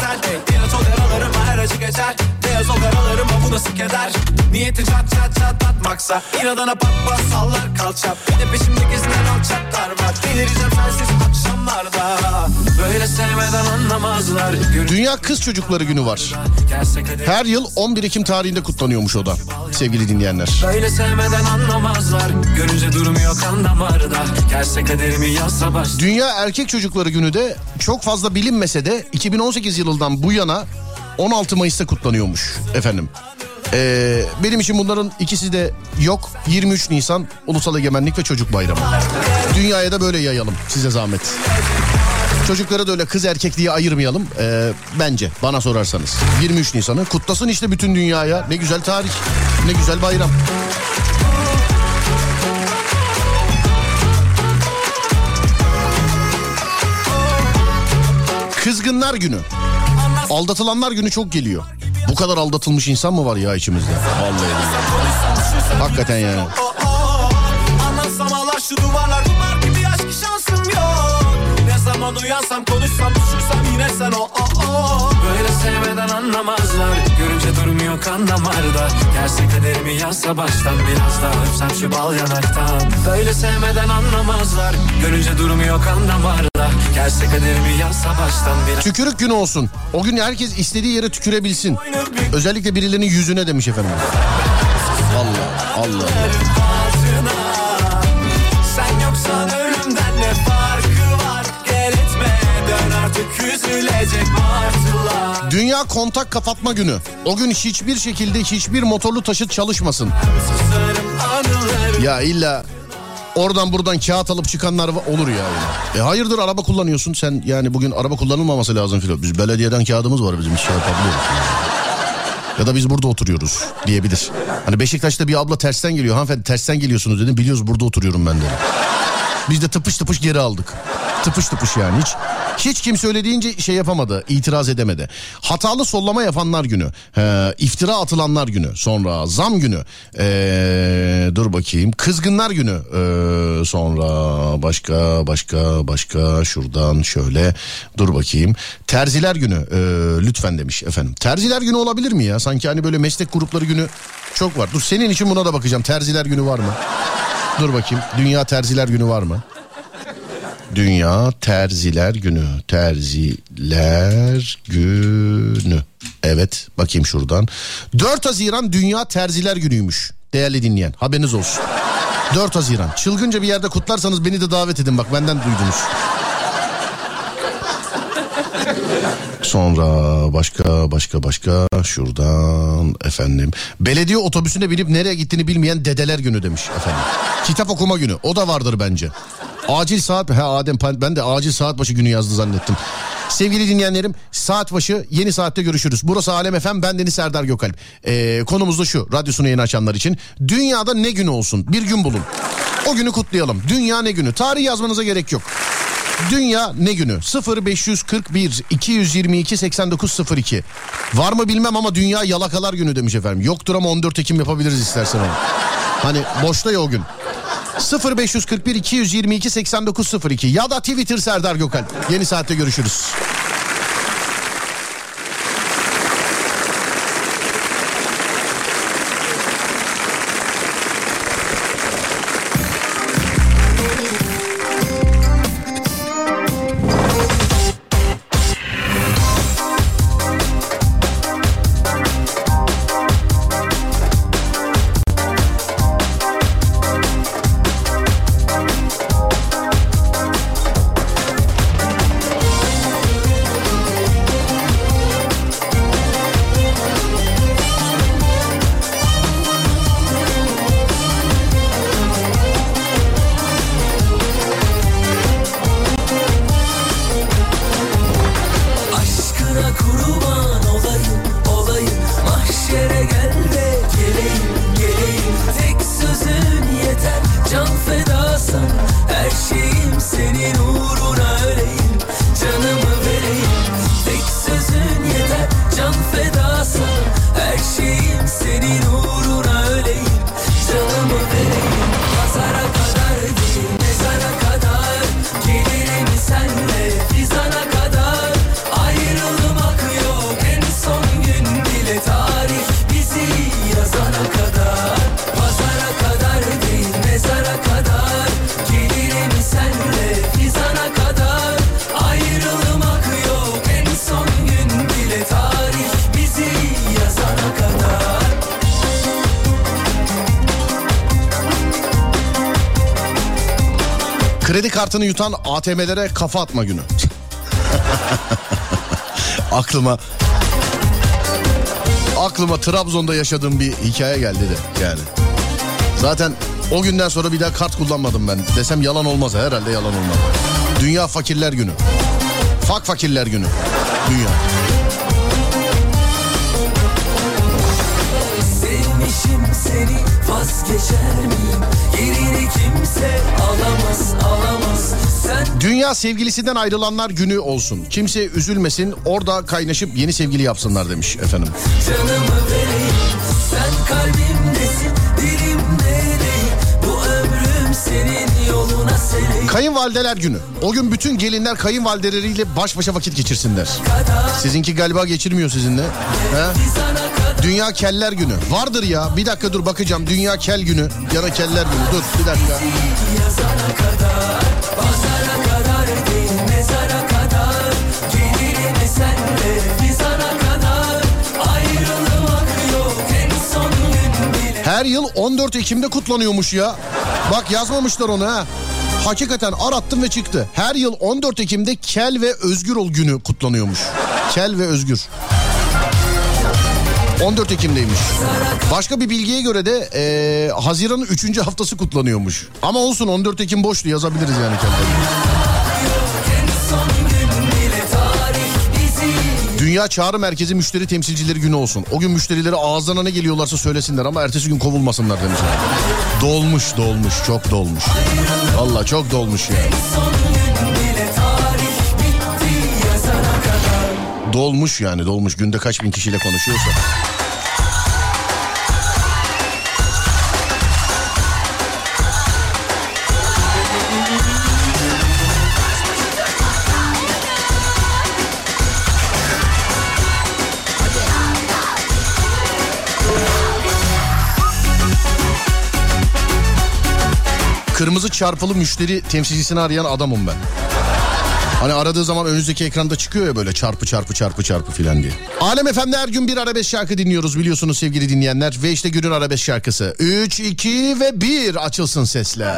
Beyaz o karalarıma bu nasıl keder? Niyeti çat çat çat atmaksa İnadına pat pat sallar kalça. Bir de peşimde gezinen alçaklar var. Delireceğim sensiz akşamlarda. Böyle sevmeden anlamazlar. Dünya Kız Çocukları Günü var. Her yıl on bir Ekim tarihinde kutlanıyormuş o da sevgili dinleyenler. Böyle sevmeden anlamazlar. Görünce durmuyor kan damarda. Gelse kaderimi yazsa baş. Dünya Erkek Çocukları Günü de çok fazla bilinmese de iki bin on sekiz yılından bu yana on altı Mayıs'ta kutlanıyormuş efendim. Ee, benim için bunların ikisi de yok. yirmi üç Nisan Ulusal Egemenlik ve Çocuk Bayramı. Dünyaya da böyle yayalım size zahmet. Çocukları da öyle kız erkek diye ayırmayalım. Ee, bence bana sorarsanız. yirmi üç Nisan'ı kutlasın işte bütün dünyaya. Ne güzel tarih, ne güzel bayram. Kızgınlar Günü. Aldatılanlar günü çok geliyor. Bu kadar aldatılmış insan mı var ya içimizde? Vallahi. Hakikaten yani. Anlatsam ağlar şu duvarlar, duvar gibi aşk şansım yok. Ne zaman uyansam konuşsam düşürsem yine sen o o o. Böyle sevmeden anlamazlar. Görünce durmuyor kan damarda. Gelse kaderimi yazsa baştan biraz daha öpsem şu bal yanaktan. Böyle sevmeden anlamazlar. Görünce durmuyor kan damarda. Gelse kaderimi yazsa baştan biraz. Tükürük günü olsun. O gün herkes istediği yere tükürebilsin. Özellikle birilerinin yüzüne demiş efendim. Allah Allah. Sen yoksan ölümden ne farkı var? Gel etme, dön artık üzülecek martılar. Dünya Kontak Kapatma Günü. O gün hiçbir şekilde hiçbir motorlu taşıt çalışmasın. Ya illa oradan buradan kağıt alıp çıkanlar olur ya. Yani. E hayırdır, araba kullanıyorsun sen, yani bugün araba kullanılmaması lazım filan. Biz belediyeden kağıdımız var bizim, şey yapabiliyoruz. Ya da biz burada oturuyoruz diyebilir. Hani Beşiktaş'ta bir abla tersten geliyor. Hanımefendi tersten geliyorsunuz dedim. Biliyoruz burada oturuyorum ben dedim. Biz de tıpış tıpış geri aldık. Tıpış tıpış yani hiç. Hiç kim söylediğince şey yapamadı, itiraz edemedi. Hatalı sollama yapanlar günü, ee, iftira atılanlar günü, sonra zam günü, ee, dur bakayım, kızgınlar günü, ee, sonra başka başka başka şuradan şöyle dur bakayım, terziler günü, ee, lütfen demiş efendim. Terziler günü olabilir mi ya? Sanki hani böyle meslek grupları günü çok var. Dur senin için buna da bakacağım. Terziler günü var mı? Dur bakayım. Dünya Terziler Günü var mı? Dünya Terziler Günü. Terziler Günü. Evet, bakayım şuradan. dört Haziran Dünya Terziler Günü'ymüş. Değerli dinleyen, haberiniz olsun. dört Haziran. Çılgınca bir yerde kutlarsanız beni de davet edin, bak benden duydunuz. Sonra başka başka başka şuradan efendim. Belediye otobüsüne binip nereye gittiğini bilmeyen dedeler günü demiş efendim. Kitap okuma günü, o da vardır bence. Acil saat, ha Adem, ben de acil saat başı günü yazdı zannettim. Sevgili dinleyenlerim, saat başı yeni saatte görüşürüz. Burası Alem F M, ben Deniz Serdar Gökalp. Ee, konumuz da şu, radyosunu yeni açanlar için. Dünyada ne günü olsun? Bir gün bulun. O günü kutlayalım. Dünya ne günü? Tarih yazmanıza gerek yok. Dünya ne günü? sıfır beş kırk bir iki yüz yirmi iki seksen dokuz sıfır iki. Var mı bilmem ama Dünya Yalakalar Günü demiş efendim. Yoktur ama on dört Ekim yapabiliriz istersen onu. Hani boşta ya o gün. sıfır beş kırk bir iki yüz yirmi iki seksen dokuz sıfır iki ya da Twitter Serdar Gökalp. Yeni saatte görüşürüz. Kredi kartını yutan A T M'lere kafa atma günü. aklıma aklıma Trabzon'da yaşadığım bir hikaye geldi de yani. Zaten o günden sonra bir daha kart kullanmadım ben. Desem yalan olmaz, herhalde yalan olmaz. Dünya Fakirler Günü. Fak Fakirler Günü. Dünya. Sevmişim seni, vazgeçer miyim? Yerini kimse alamaz, alamaz. Sen... Dünya Sevgilisinden Ayrılanlar Günü olsun. Kimse üzülmesin, orada kaynaşıp yeni sevgili yapsınlar demiş efendim. Canımı vereyim, sen kalbimdesin, dilimde değil. Bu ömrüm senin yoluna senin. Kayınvalideler Günü. O gün bütün gelinler kayınvalideleriyle baş başa vakit geçirsinler. Sizinki galiba geçirmiyor sizinle. He? Dünya Keller Günü. Vardır ya. Bir dakika dur bakacağım. Dünya Kel Günü ya da Keller Günü. Dur bir dakika. Her yıl on dört Ekim'de kutlanıyormuş ya. Bak yazmamışlar onu ha. Hakikaten arattım ve çıktı. Her yıl on dört Ekim'de Kel ve Özgür ol günü kutlanıyormuş. Kel ve Özgür. on dört Ekim'deymiş. Başka bir bilgiye göre de e, Haziran'ın üçüncü haftası kutlanıyormuş. Ama olsun, on dört Ekim boştu, yazabiliriz yani kendilerine. Dünya Çağrı Merkezi Müşteri Temsilcileri Günü olsun. O gün müşterileri ağızlarına ne geliyorlarsa söylesinler ama ertesi gün kovulmasınlar demişler. Dolmuş dolmuş çok dolmuş. Vallahi çok dolmuş yani. Dolmuş yani dolmuş. Günde kaç bin kişiyle konuşuyorsa. Kırmızı çarpılı müşteri temsilcisini arayan adamım ben. Hani aradığı zaman önünüzdeki ekranda çıkıyor ya böyle çarpı çarpı çarpı çarpı filan diye. Alem F M'de her gün bir arabesk şarkı dinliyoruz biliyorsunuz sevgili dinleyenler. Ve işte günün arabesk şarkısı. üç, iki ve bir açılsın sesler.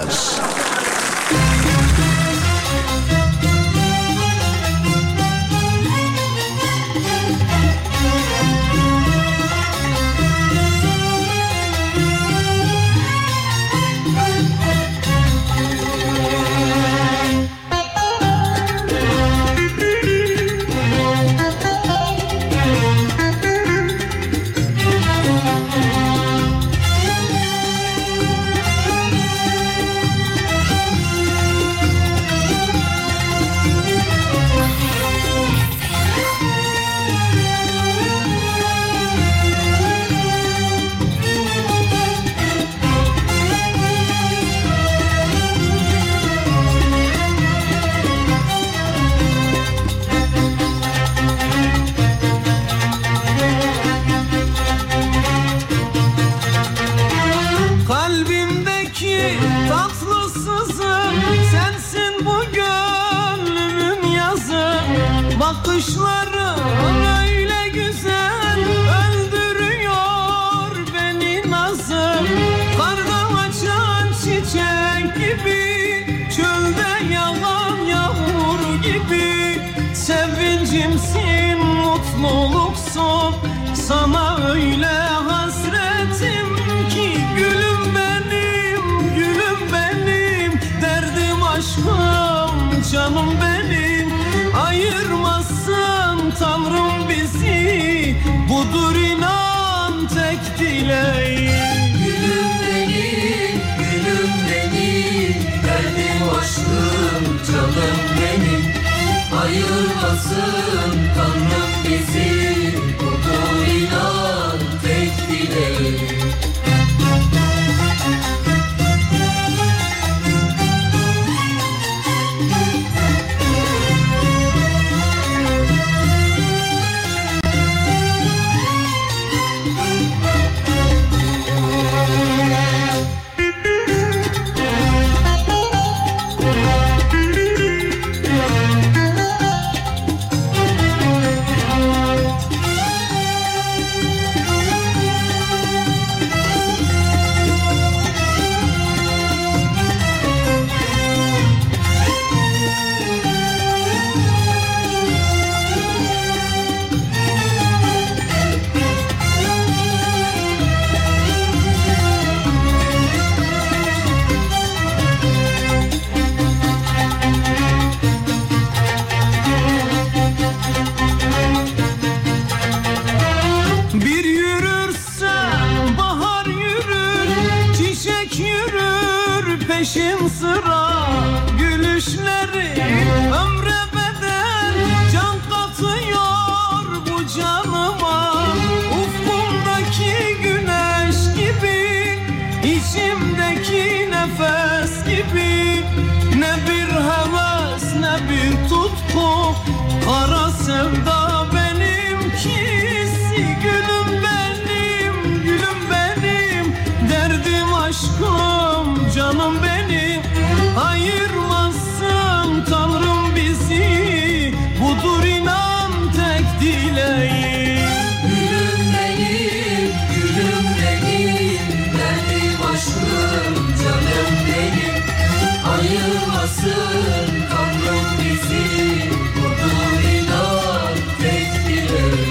peşin sıra gülüşleri ömre bedel can katıyor bu canıma. Ufkumdaki güneş gibi, içimdeki nefes gibi, ne bir heves ne bir tutku, kara sevda benimkisi. Gülüm benim, gülüm benim, derdim aşkım, canım benim. Ayırmasın Tanrım bizi, budur inan tek dileğim. Gülüm benim, gülüm benim, derdim aşkım, canım benim. Ayırmasın Tanrım bizi, budur inan tek dileğim.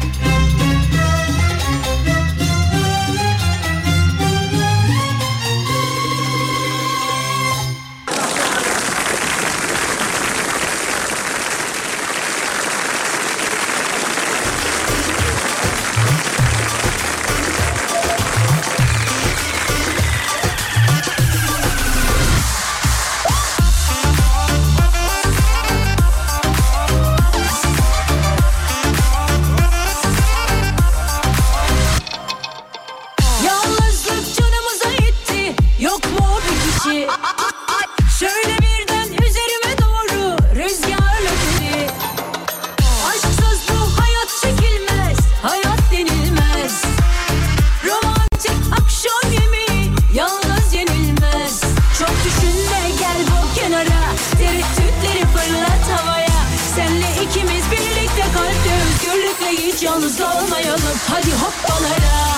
Yalnızlık canımıza itti, yok mu bir kişi? Şöyle birden üzerime doğru rüzgarla dedi. Aşksız bu hayat çekilmez, hayat denilmez. Romantik akşam yemeği yalnız yenilmez. Çok düşünme gel bu kenara, tereddütleri fırlat havaya. Senle ikimiz birlikte kalpte özgürlükle hiç yalnız olmayalım. Hadi hoppalara.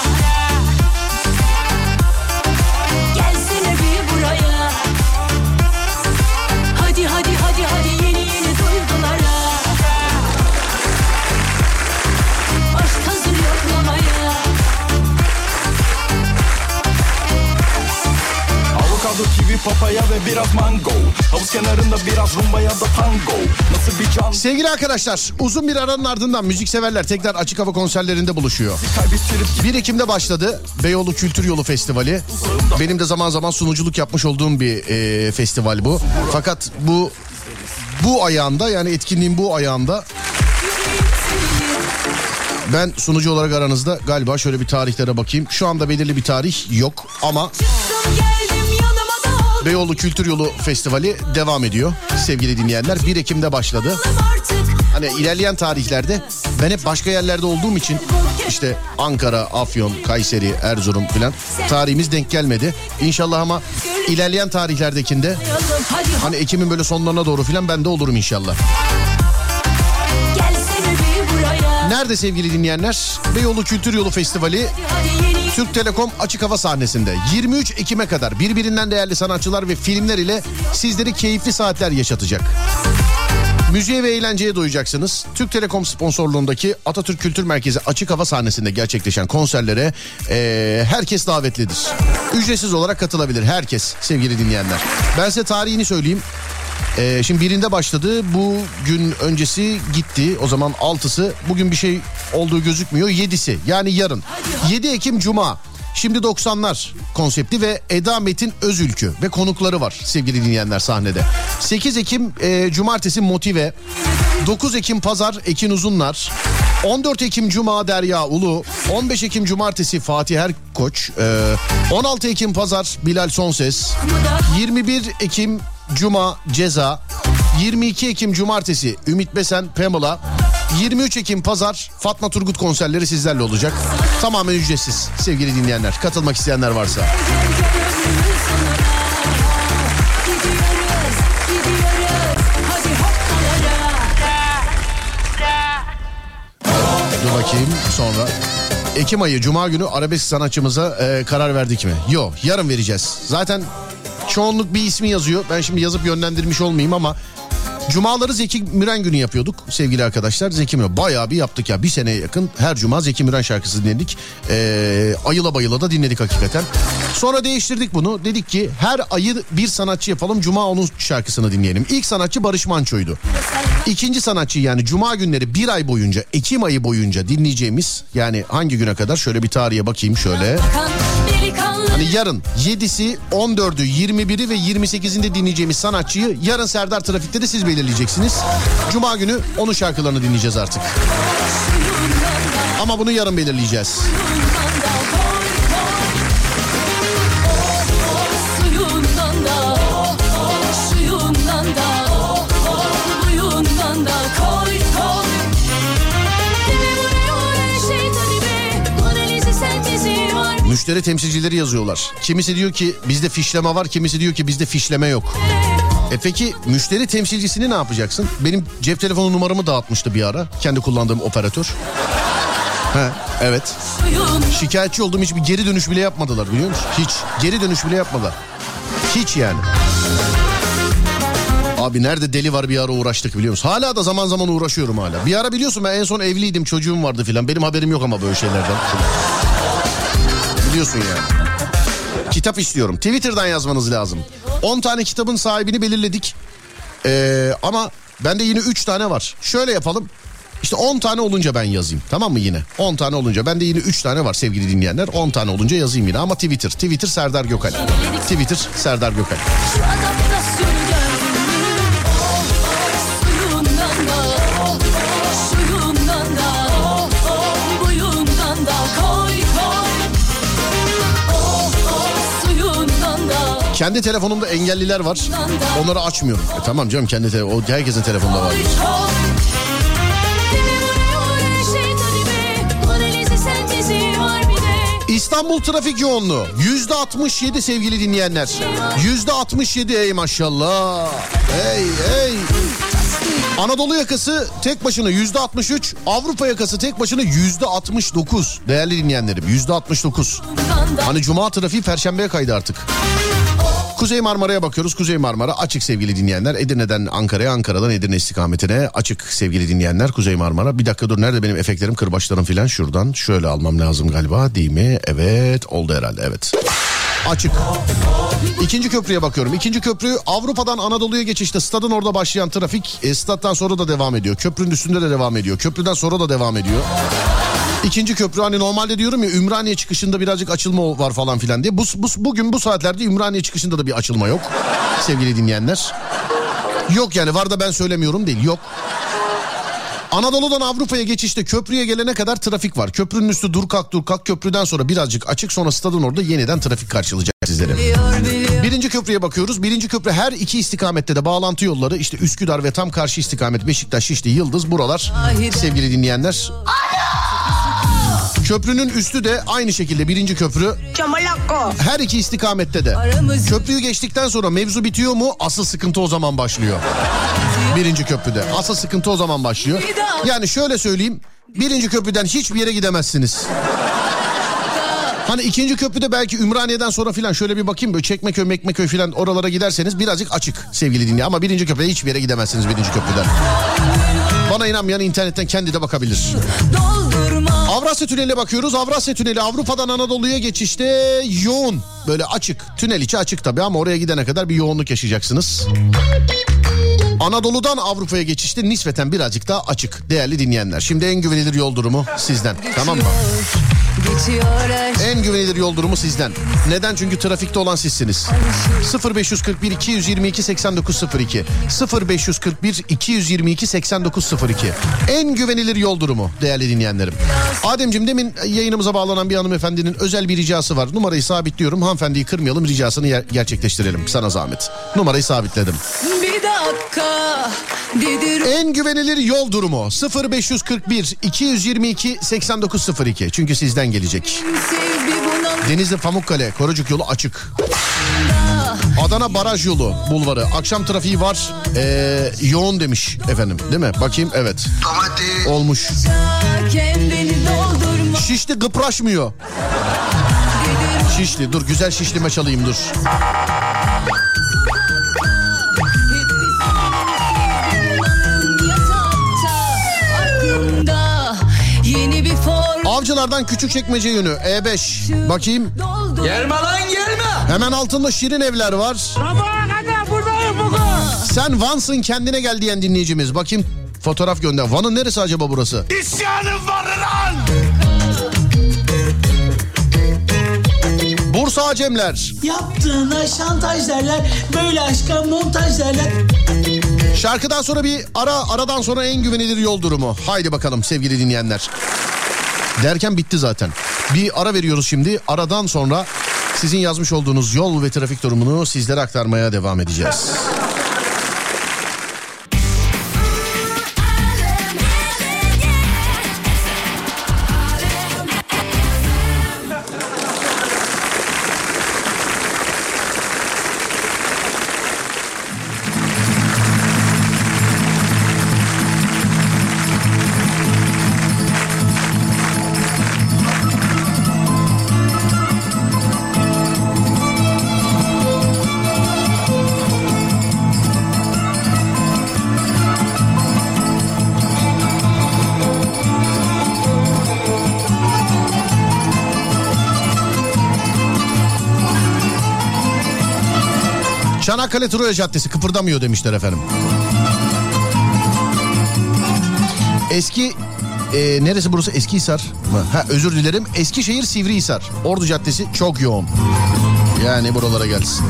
Gelsene bir buraya. Hadi hadi hadi hadi yeni yeni duygulara. Aşk hazır yoklamaya. Avokado, kivi, papaya ve biraz mango. Havuz kenarında biraz rumba ya da tango. Nasıl bir can? Sevgili arkadaşlar, uzun bir aranın ardından müzikseverler tekrar açık hava konserlerinde buluşuyor. bir Ekim'de başladı Beyoğlu Kültür Yolu Festivali. Benim de zaman zaman sunuculuk yapmış olduğum bir e, festival bu. Fakat bu bu ayağında, yani etkinliğin bu ayağında ben sunucu olarak aranızda galiba şöyle bir tarihlere bakayım. Şu anda belirli bir tarih yok ama Beyoğlu Kültür Yolu Festivali devam ediyor sevgili dinleyenler. bir Ekim'de başladı. Hani ilerleyen tarihlerde ben hep başka yerlerde olduğum için işte Ankara, Afyon, Kayseri, Erzurum filan tarihimiz denk gelmedi. İnşallah ama ilerleyen tarihlerdekinde hani Ekim'in böyle sonlarına doğru filan ben de olurum inşallah. Nerede sevgili dinleyenler? Beyoğlu Kültür Yolu Festivali Türk Telekom açık hava sahnesinde yirmi üç Ekim'e kadar birbirinden değerli sanatçılar ve filmler ile sizleri keyifli saatler yaşatacak. Müziğe ve eğlenceye doyacaksınız. Türk Telekom sponsorluğundaki Atatürk Kültür Merkezi açık hava sahnesinde gerçekleşen konserlere e, herkes davetlidir. Ücretsiz olarak katılabilir herkes sevgili dinleyenler. Ben size tarihini söyleyeyim. Ee, şimdi birinde başladı, bu gün öncesi gitti, o zaman altısı, bugün bir şey olduğu gözükmüyor, yedisi yani yarın yedi Ekim Cuma. Şimdi doksanlar konsepti ve Eda Metin Özülkü ve konukları var sevgili dinleyenler sahnede. sekiz Ekim e, Cumartesi Motive, dokuz Ekim Pazar Ekin Uzunlar, on dört Ekim Cuma Derya Ulu, on beş Ekim Cumartesi Fatih Erkoç, e, on altı Ekim Pazar Bilal Sonses, yirmi bir Ekim Cuma Ceza, yirmi iki Ekim Cumartesi Ümit Besen Pamela, yirmi üç Ekim Pazar Fatma Turgut konserleri sizlerle olacak. Tamamen ücretsiz sevgili dinleyenler. Katılmak isteyenler varsa. Dur bakayım sonra. Ekim ayı Cuma günü arabesk sanatçımıza e, karar verdik mi? Yok, yarın vereceğiz. Zaten çoğunluk bir ismi yazıyor. Ben şimdi yazıp yönlendirmiş olmayayım ama Cumaları Zeki Müren günü yapıyorduk sevgili arkadaşlar. Zeki Müren bayağı bir yaptık ya, bir seneye yakın her cuma Zeki Müren şarkısı dinledik. Ee, ayıla bayıla da dinledik hakikaten. Sonra değiştirdik bunu, dedik ki her ayı bir sanatçı yapalım, cuma onun şarkısını dinleyelim. İlk sanatçı Barış Manço'ydu. İkinci sanatçı, yani cuma günleri bir ay boyunca, Ekim ayı boyunca dinleyeceğimiz, yani hangi güne kadar şöyle bir tarihe bakayım şöyle. Hani yarın yedisi, on dördü, yirmi biri ve yirmi sekizinde dinleyeceğimiz sanatçıyı yarın Serdar Trafik'te de siz belirleyeceksiniz. Cuma günü onun şarkılarını dinleyeceğiz artık. Ama bunu yarın belirleyeceğiz. Müşteri temsilcileri yazıyorlar. Kimisi diyor ki bizde fişleme var, kimisi diyor ki bizde fişleme yok. E peki müşteri temsilcisini ne yapacaksın? Benim cep telefonu numaramı dağıtmıştı bir ara kendi kullandığım operatör. He, evet. Şikayetçi olduğum hiçbir geri dönüş bile yapmadılar biliyor musun? Hiç geri dönüş bile yapmadılar. Hiç yani. Abi nerede deli var bir ara uğraştık biliyor musun? Hala da zaman zaman uğraşıyorum hala. Bir ara biliyorsun ben en son evliydim, çocuğum vardı filan. Benim haberim yok ama böyle şeylerden. Biliyorsun yani. Kitap istiyorum. Twitter'dan yazmanız lazım. on tane kitabın sahibini belirledik. Ee, ama bende yine üç tane var. Şöyle yapalım. İşte on tane olunca ben yazayım. Tamam mı yine? on tane olunca. Bende yine üç tane var sevgili dinleyenler. on tane olunca yazayım yine ama Twitter. Twitter Serdar Gökal. Twitter Serdar Gökal. Kendi telefonumda engelliler var. Onları açmıyorum. E tamam canım kendi te- o herkesin telefonunda var. İstanbul trafik yoğunluğu yüzde altmış yedi sevgili dinleyenler. yüzde altmış yedi ey maşallah. Hey hey. Anadolu yakası tek başına yüzde altmış üç, Avrupa yakası tek başına yüzde altmış dokuz. Değerli dinleyenlerim yüzde altmış dokuz. Hani cuma trafiği perşembeye kaydı artık. Kuzey Marmara'ya bakıyoruz. Kuzey Marmara açık sevgili dinleyenler. Edirne'den Ankara'ya, Ankara'dan Edirne istikametine açık sevgili dinleyenler. Kuzey Marmara. Bir dakika dur, nerede benim efektlerim, kırbaçlarım filan? Şuradan şöyle almam lazım galiba değil mi? Evet oldu herhalde, evet. Açık. İkinci köprüye bakıyorum. İkinci köprü Avrupa'dan Anadolu'ya geçişte stadın orada başlayan trafik e, stadtan sonra da devam ediyor. Köprünün üstünde de devam ediyor. Köprüden sonra da devam ediyor. İkinci köprü hani normalde diyorum ya Ümraniye çıkışında birazcık açılma var falan filan diye. Bu, bu, bugün bu saatlerde Ümraniye çıkışında da bir açılma yok sevgili dinleyenler. Yok yani, var da ben söylemiyorum değil, yok. Anadolu'dan Avrupa'ya geçişte köprüye gelene kadar trafik var. Köprünün üstü dur kalk dur kalk, köprüden sonra birazcık açık, sonra stadın orada yeniden trafik karşılayacak sizlere. Biliyor, biliyor. Birinci köprüye bakıyoruz. Birinci köprü her iki istikamette de bağlantı yolları işte Üsküdar ve tam karşı istikamet Beşiktaş, Şişli, Yıldız buralar sevgili dinleyenler. Köprünün üstü de aynı şekilde birinci köprü. Her iki istikamette de. Köprüyü geçtikten sonra mevzu bitiyor mu? Asıl sıkıntı o zaman başlıyor. Birinci köprüde. Asıl sıkıntı o zaman başlıyor. Yani şöyle söyleyeyim. Birinci köprüden hiçbir yere gidemezsiniz. Hani ikinci köprüde belki Ümraniye'den sonra filan şöyle bir bakayım, böyle Çekmeköy, Mekmeköy filan oralara giderseniz birazcık açık sevgili dinleyen. Ama birinci köprüde hiçbir yere gidemezsiniz birinci köprüden. Bana inanmayan internetten kendi de bakabilir. Avrasya Tüneli'ne bakıyoruz. Avrasya Tüneli Avrupa'dan Anadolu'ya geçişte yoğun. Böyle açık. Tünel içi açık tabii ama oraya gidene kadar bir yoğunluk yaşayacaksınız. Anadolu'dan Avrupa'ya geçişte nispeten birazcık daha açık değerli dinleyenler. Şimdi en güvenilir yol durumu sizden. Tamam mı? En güvenilir yol durumu sizden. Neden? Çünkü trafikte olan sizsiniz. sıfır beş kırk bir iki yüz yirmi iki seksen dokuz sıfır iki sıfır beş kırk bir iki yüz yirmi iki seksen dokuz sıfır iki En güvenilir yol durumu değerli dinleyenlerim. Ademciğim, demin yayınımıza bağlanan bir hanımefendinin özel bir ricası var. Numarayı sabitliyorum. Hanımefendiyi kırmayalım, ricasını yer- gerçekleştirelim. Sana zahmet. Numarayı sabitledim. Bir dakika. Dedir. En güvenilir yol durumu sıfır beş kırk bir iki yüz yirmi iki seksen dokuz sıfır iki Çünkü sizden gelecek. Denizli Pamukkale Korucuk yolu açık. Adana Baraj yolu bulvarı akşam trafiği var, ee, yoğun demiş efendim, değil mi? Bakayım, evet. Olmuş. Şişli gıpraşmıyor. Şişli, dur güzel Şişli'me çalayım, dur. Avcılardan Küçükçekmece yönü E beş. Bakayım. Gelme lan gelme. Hemen altında Şirin Evler var. Sabaha kadar buradayım bugün. Sen Van'sın, kendine gel diyen dinleyicimiz. Bakayım fotoğraf gönder. Van'ın neresi acaba burası? İsyanım var lan. Bursa Acemler. Yaptığına şantaj derler, böyle aşka montaj derler. Şarkıdan sonra bir ara, aradan sonra en güvenilir yol durumu. Haydi bakalım sevgili dinleyenler. Derken bitti zaten. Bir ara veriyoruz şimdi. Aradan sonra sizin yazmış olduğunuz yol ve trafik durumunu sizlere aktarmaya devam edeceğiz. Çanakkale Troya Caddesi kıpırdamıyor demişler efendim. Eski e, neresi burası? Eskihisar mı? Ha, özür dilerim. Eskişehir Sivrihisar. Ordu Caddesi çok yoğun. Yani buralara gelsin.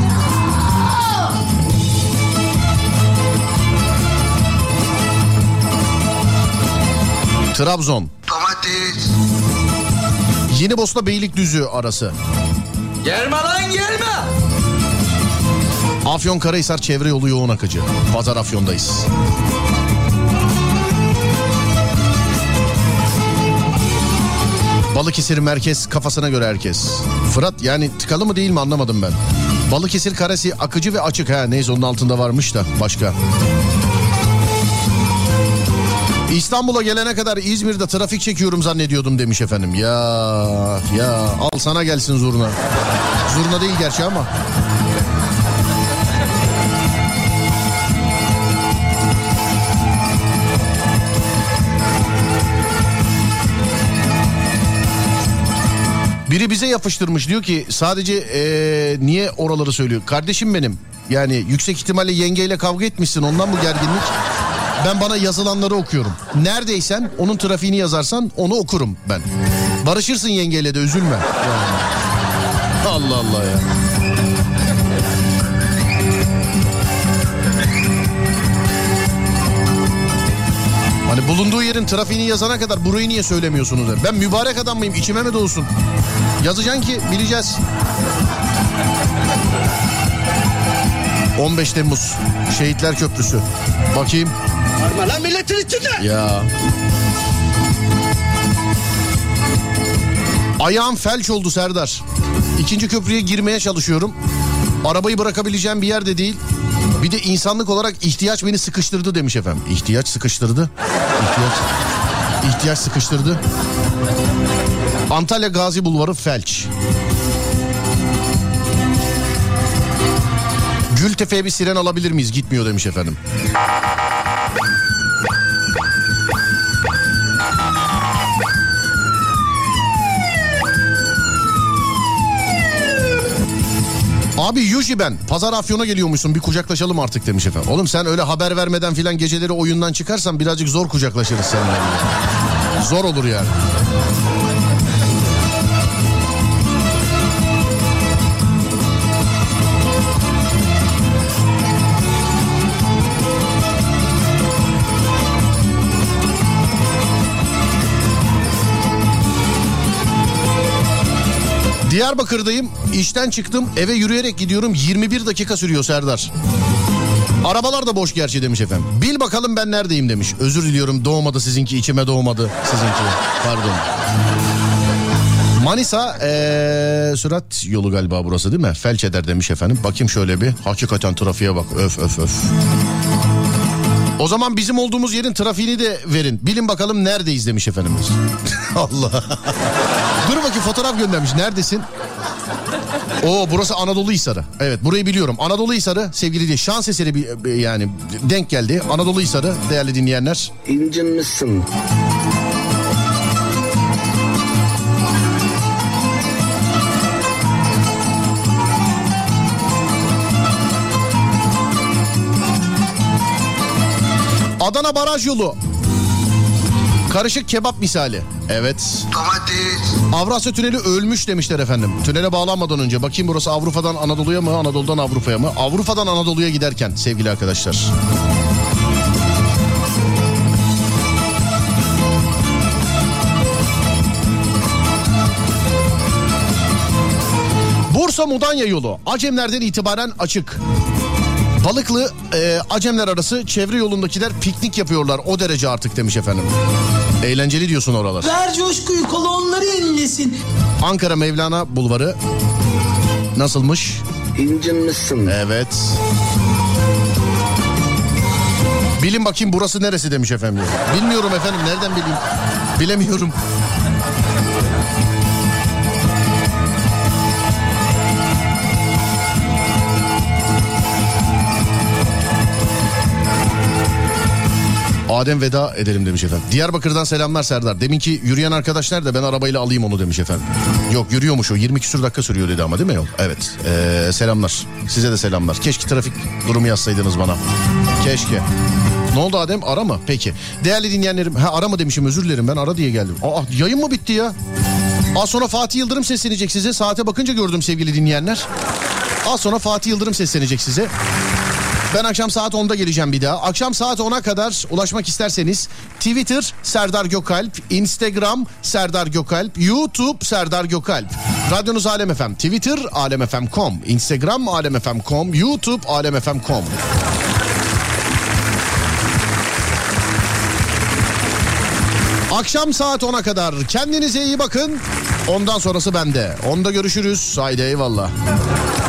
Trabzon. Domates. Yenibosna Beylikdüzü arası. Gelme lan gelme. Afyonkarahisar çevre yolu yoğun akıcı. Pazar Afyon'dayız. Balıkesir merkez kafasına göre herkes. Fırat yani tıkalı mı değil mi anlamadım ben. Balıkesir karesi akıcı ve açık. Ha neyse onun altında varmış da başka. İstanbul'a gelene kadar İzmir'de trafik çekiyorum zannediyordum demiş efendim. Ya ya al sana gelsin zurna. Zurna değil gerçi ama. Biri bize yapıştırmış diyor ki sadece ee, niye oraları söylüyor? Kardeşim benim yani yüksek ihtimalle yengeyle kavga etmişsin ondan bu gerginlik. Ben bana yazılanları okuyorum. Neredeysen onun trafiğini yazarsan onu okurum ben. Barışırsın yengeyle de üzülme. Yani. Allah Allah ya. Hani bulunduğu yerin trafiğini yazana kadar burayı niye söylemiyorsunuz? Ben mübarek adam mıyım? İçime mi doğsun? Yazacaksın ki bileceğiz. on beş Temmuz Şehitler Köprüsü. Bakayım. Varma lan milletin içinde. Ya. Ayağım felç oldu Serdar. İkinci köprüye girmeye çalışıyorum. Arabayı bırakabileceğim bir yerde değil. Bir de insanlık olarak ihtiyaç beni sıkıştırdı demiş efendim. İhtiyaç sıkıştırdı. İhtiyaç, ihtiyaç sıkıştırdı. Antalya Gazi Bulvarı felç. Gültepe'ye bir siren alabilir miyiz? Gitmiyor demiş efendim. Abi Yuji ben Pazar Afyon'a geliyormuşsun bir kucaklaşalım artık demiş efendim. Oğlum sen öyle haber vermeden filan geceleri oyundan çıkarsan birazcık zor kucaklaşırız seninle. Zor olur yani. Diyarbakır'dayım. İşten çıktım. Eve yürüyerek gidiyorum. yirmi bir dakika sürüyor Serdar. Arabalar da boş gerçi demiş efendim. Bil bakalım ben neredeyim demiş. Özür diliyorum doğmadı sizinki, içime doğmadı sizinki. Pardon. Manisa ee, sürat yolu galiba burası değil mi? Felç eder demiş efendim. Bakayım şöyle bir. Hakikaten trafiğe bak. Öf öf öf. O zaman bizim olduğumuz yerin trafiğini de verin. Bilin bakalım neredeyiz demiş efendimiz. Allah. Dur bakayım fotoğraf göndermiş. Neredesin? Oo burası Anadolu Hisarı. Evet burayı biliyorum. Anadolu Hisarı sevgili diye şans eseri bir yani denk geldi. Anadolu Hisarı değerli dinleyenler. İncinmişsin. Adana Baraj Yolu. Karışık kebap misali. Evet. Domates. Avrasya Tüneli ölmüş demişler efendim. Tünele bağlanmadan önce. Bakayım burası Avrupa'dan Anadolu'ya mı? Anadolu'dan Avrupa'ya mı? Avrupa'dan Anadolu'ya giderken sevgili arkadaşlar. Bursa Mudanya yolu Acemler'den itibaren açık. Balıklı e, Acemler arası çevre yolundakiler piknik yapıyorlar. O derece artık demiş efendim. Eğlenceli diyorsun oralar. Ver coşkuyu, kolonları yenilesin. Ankara Mevlana Bulvarı nasılmış? İncinmişsin. Evet. Bilin bakayım burası neresi demiş efendim. Bilmiyorum efendim, nereden bileyim? Bilemiyorum. Adem veda edelim demiş efendim. Diyarbakır'dan selamlar Serdar. Deminki yürüyen arkadaş nerede? Ben arabayla alayım onu demiş efendim. Yok, yürüyormuş o. yirmi küsur dakika sürüyor dedi ama, değil mi yol? Evet. Ee, selamlar. Size de selamlar. Keşke trafik durumu yazsaydınız bana. Keşke. Ne oldu Adem? Ara mı? Peki. Değerli dinleyenlerim. Ha, ara mı demişim, özür dilerim, ben ara diye geldim. Aa, yayın mı bitti ya? Az sonra Fatih Yıldırım seslenecek size. Saate bakınca gördüm sevgili dinleyenler. Az sonra Fatih Yıldırım seslenecek size. Ben akşam saat onda geleceğim bir daha. Akşam saat ona kadar ulaşmak isterseniz Twitter Serdar Gökalp, Instagram Serdar Gökalp, YouTube Serdar Gökalp. Radyonuz Alem F M, Twitter alemfm nokta com, Instagram alemfm nokta com, YouTube alemfm nokta com. Akşam saat ona kadar kendinize iyi bakın. Ondan sonrası bende. Onda görüşürüz. Haydi eyvallah.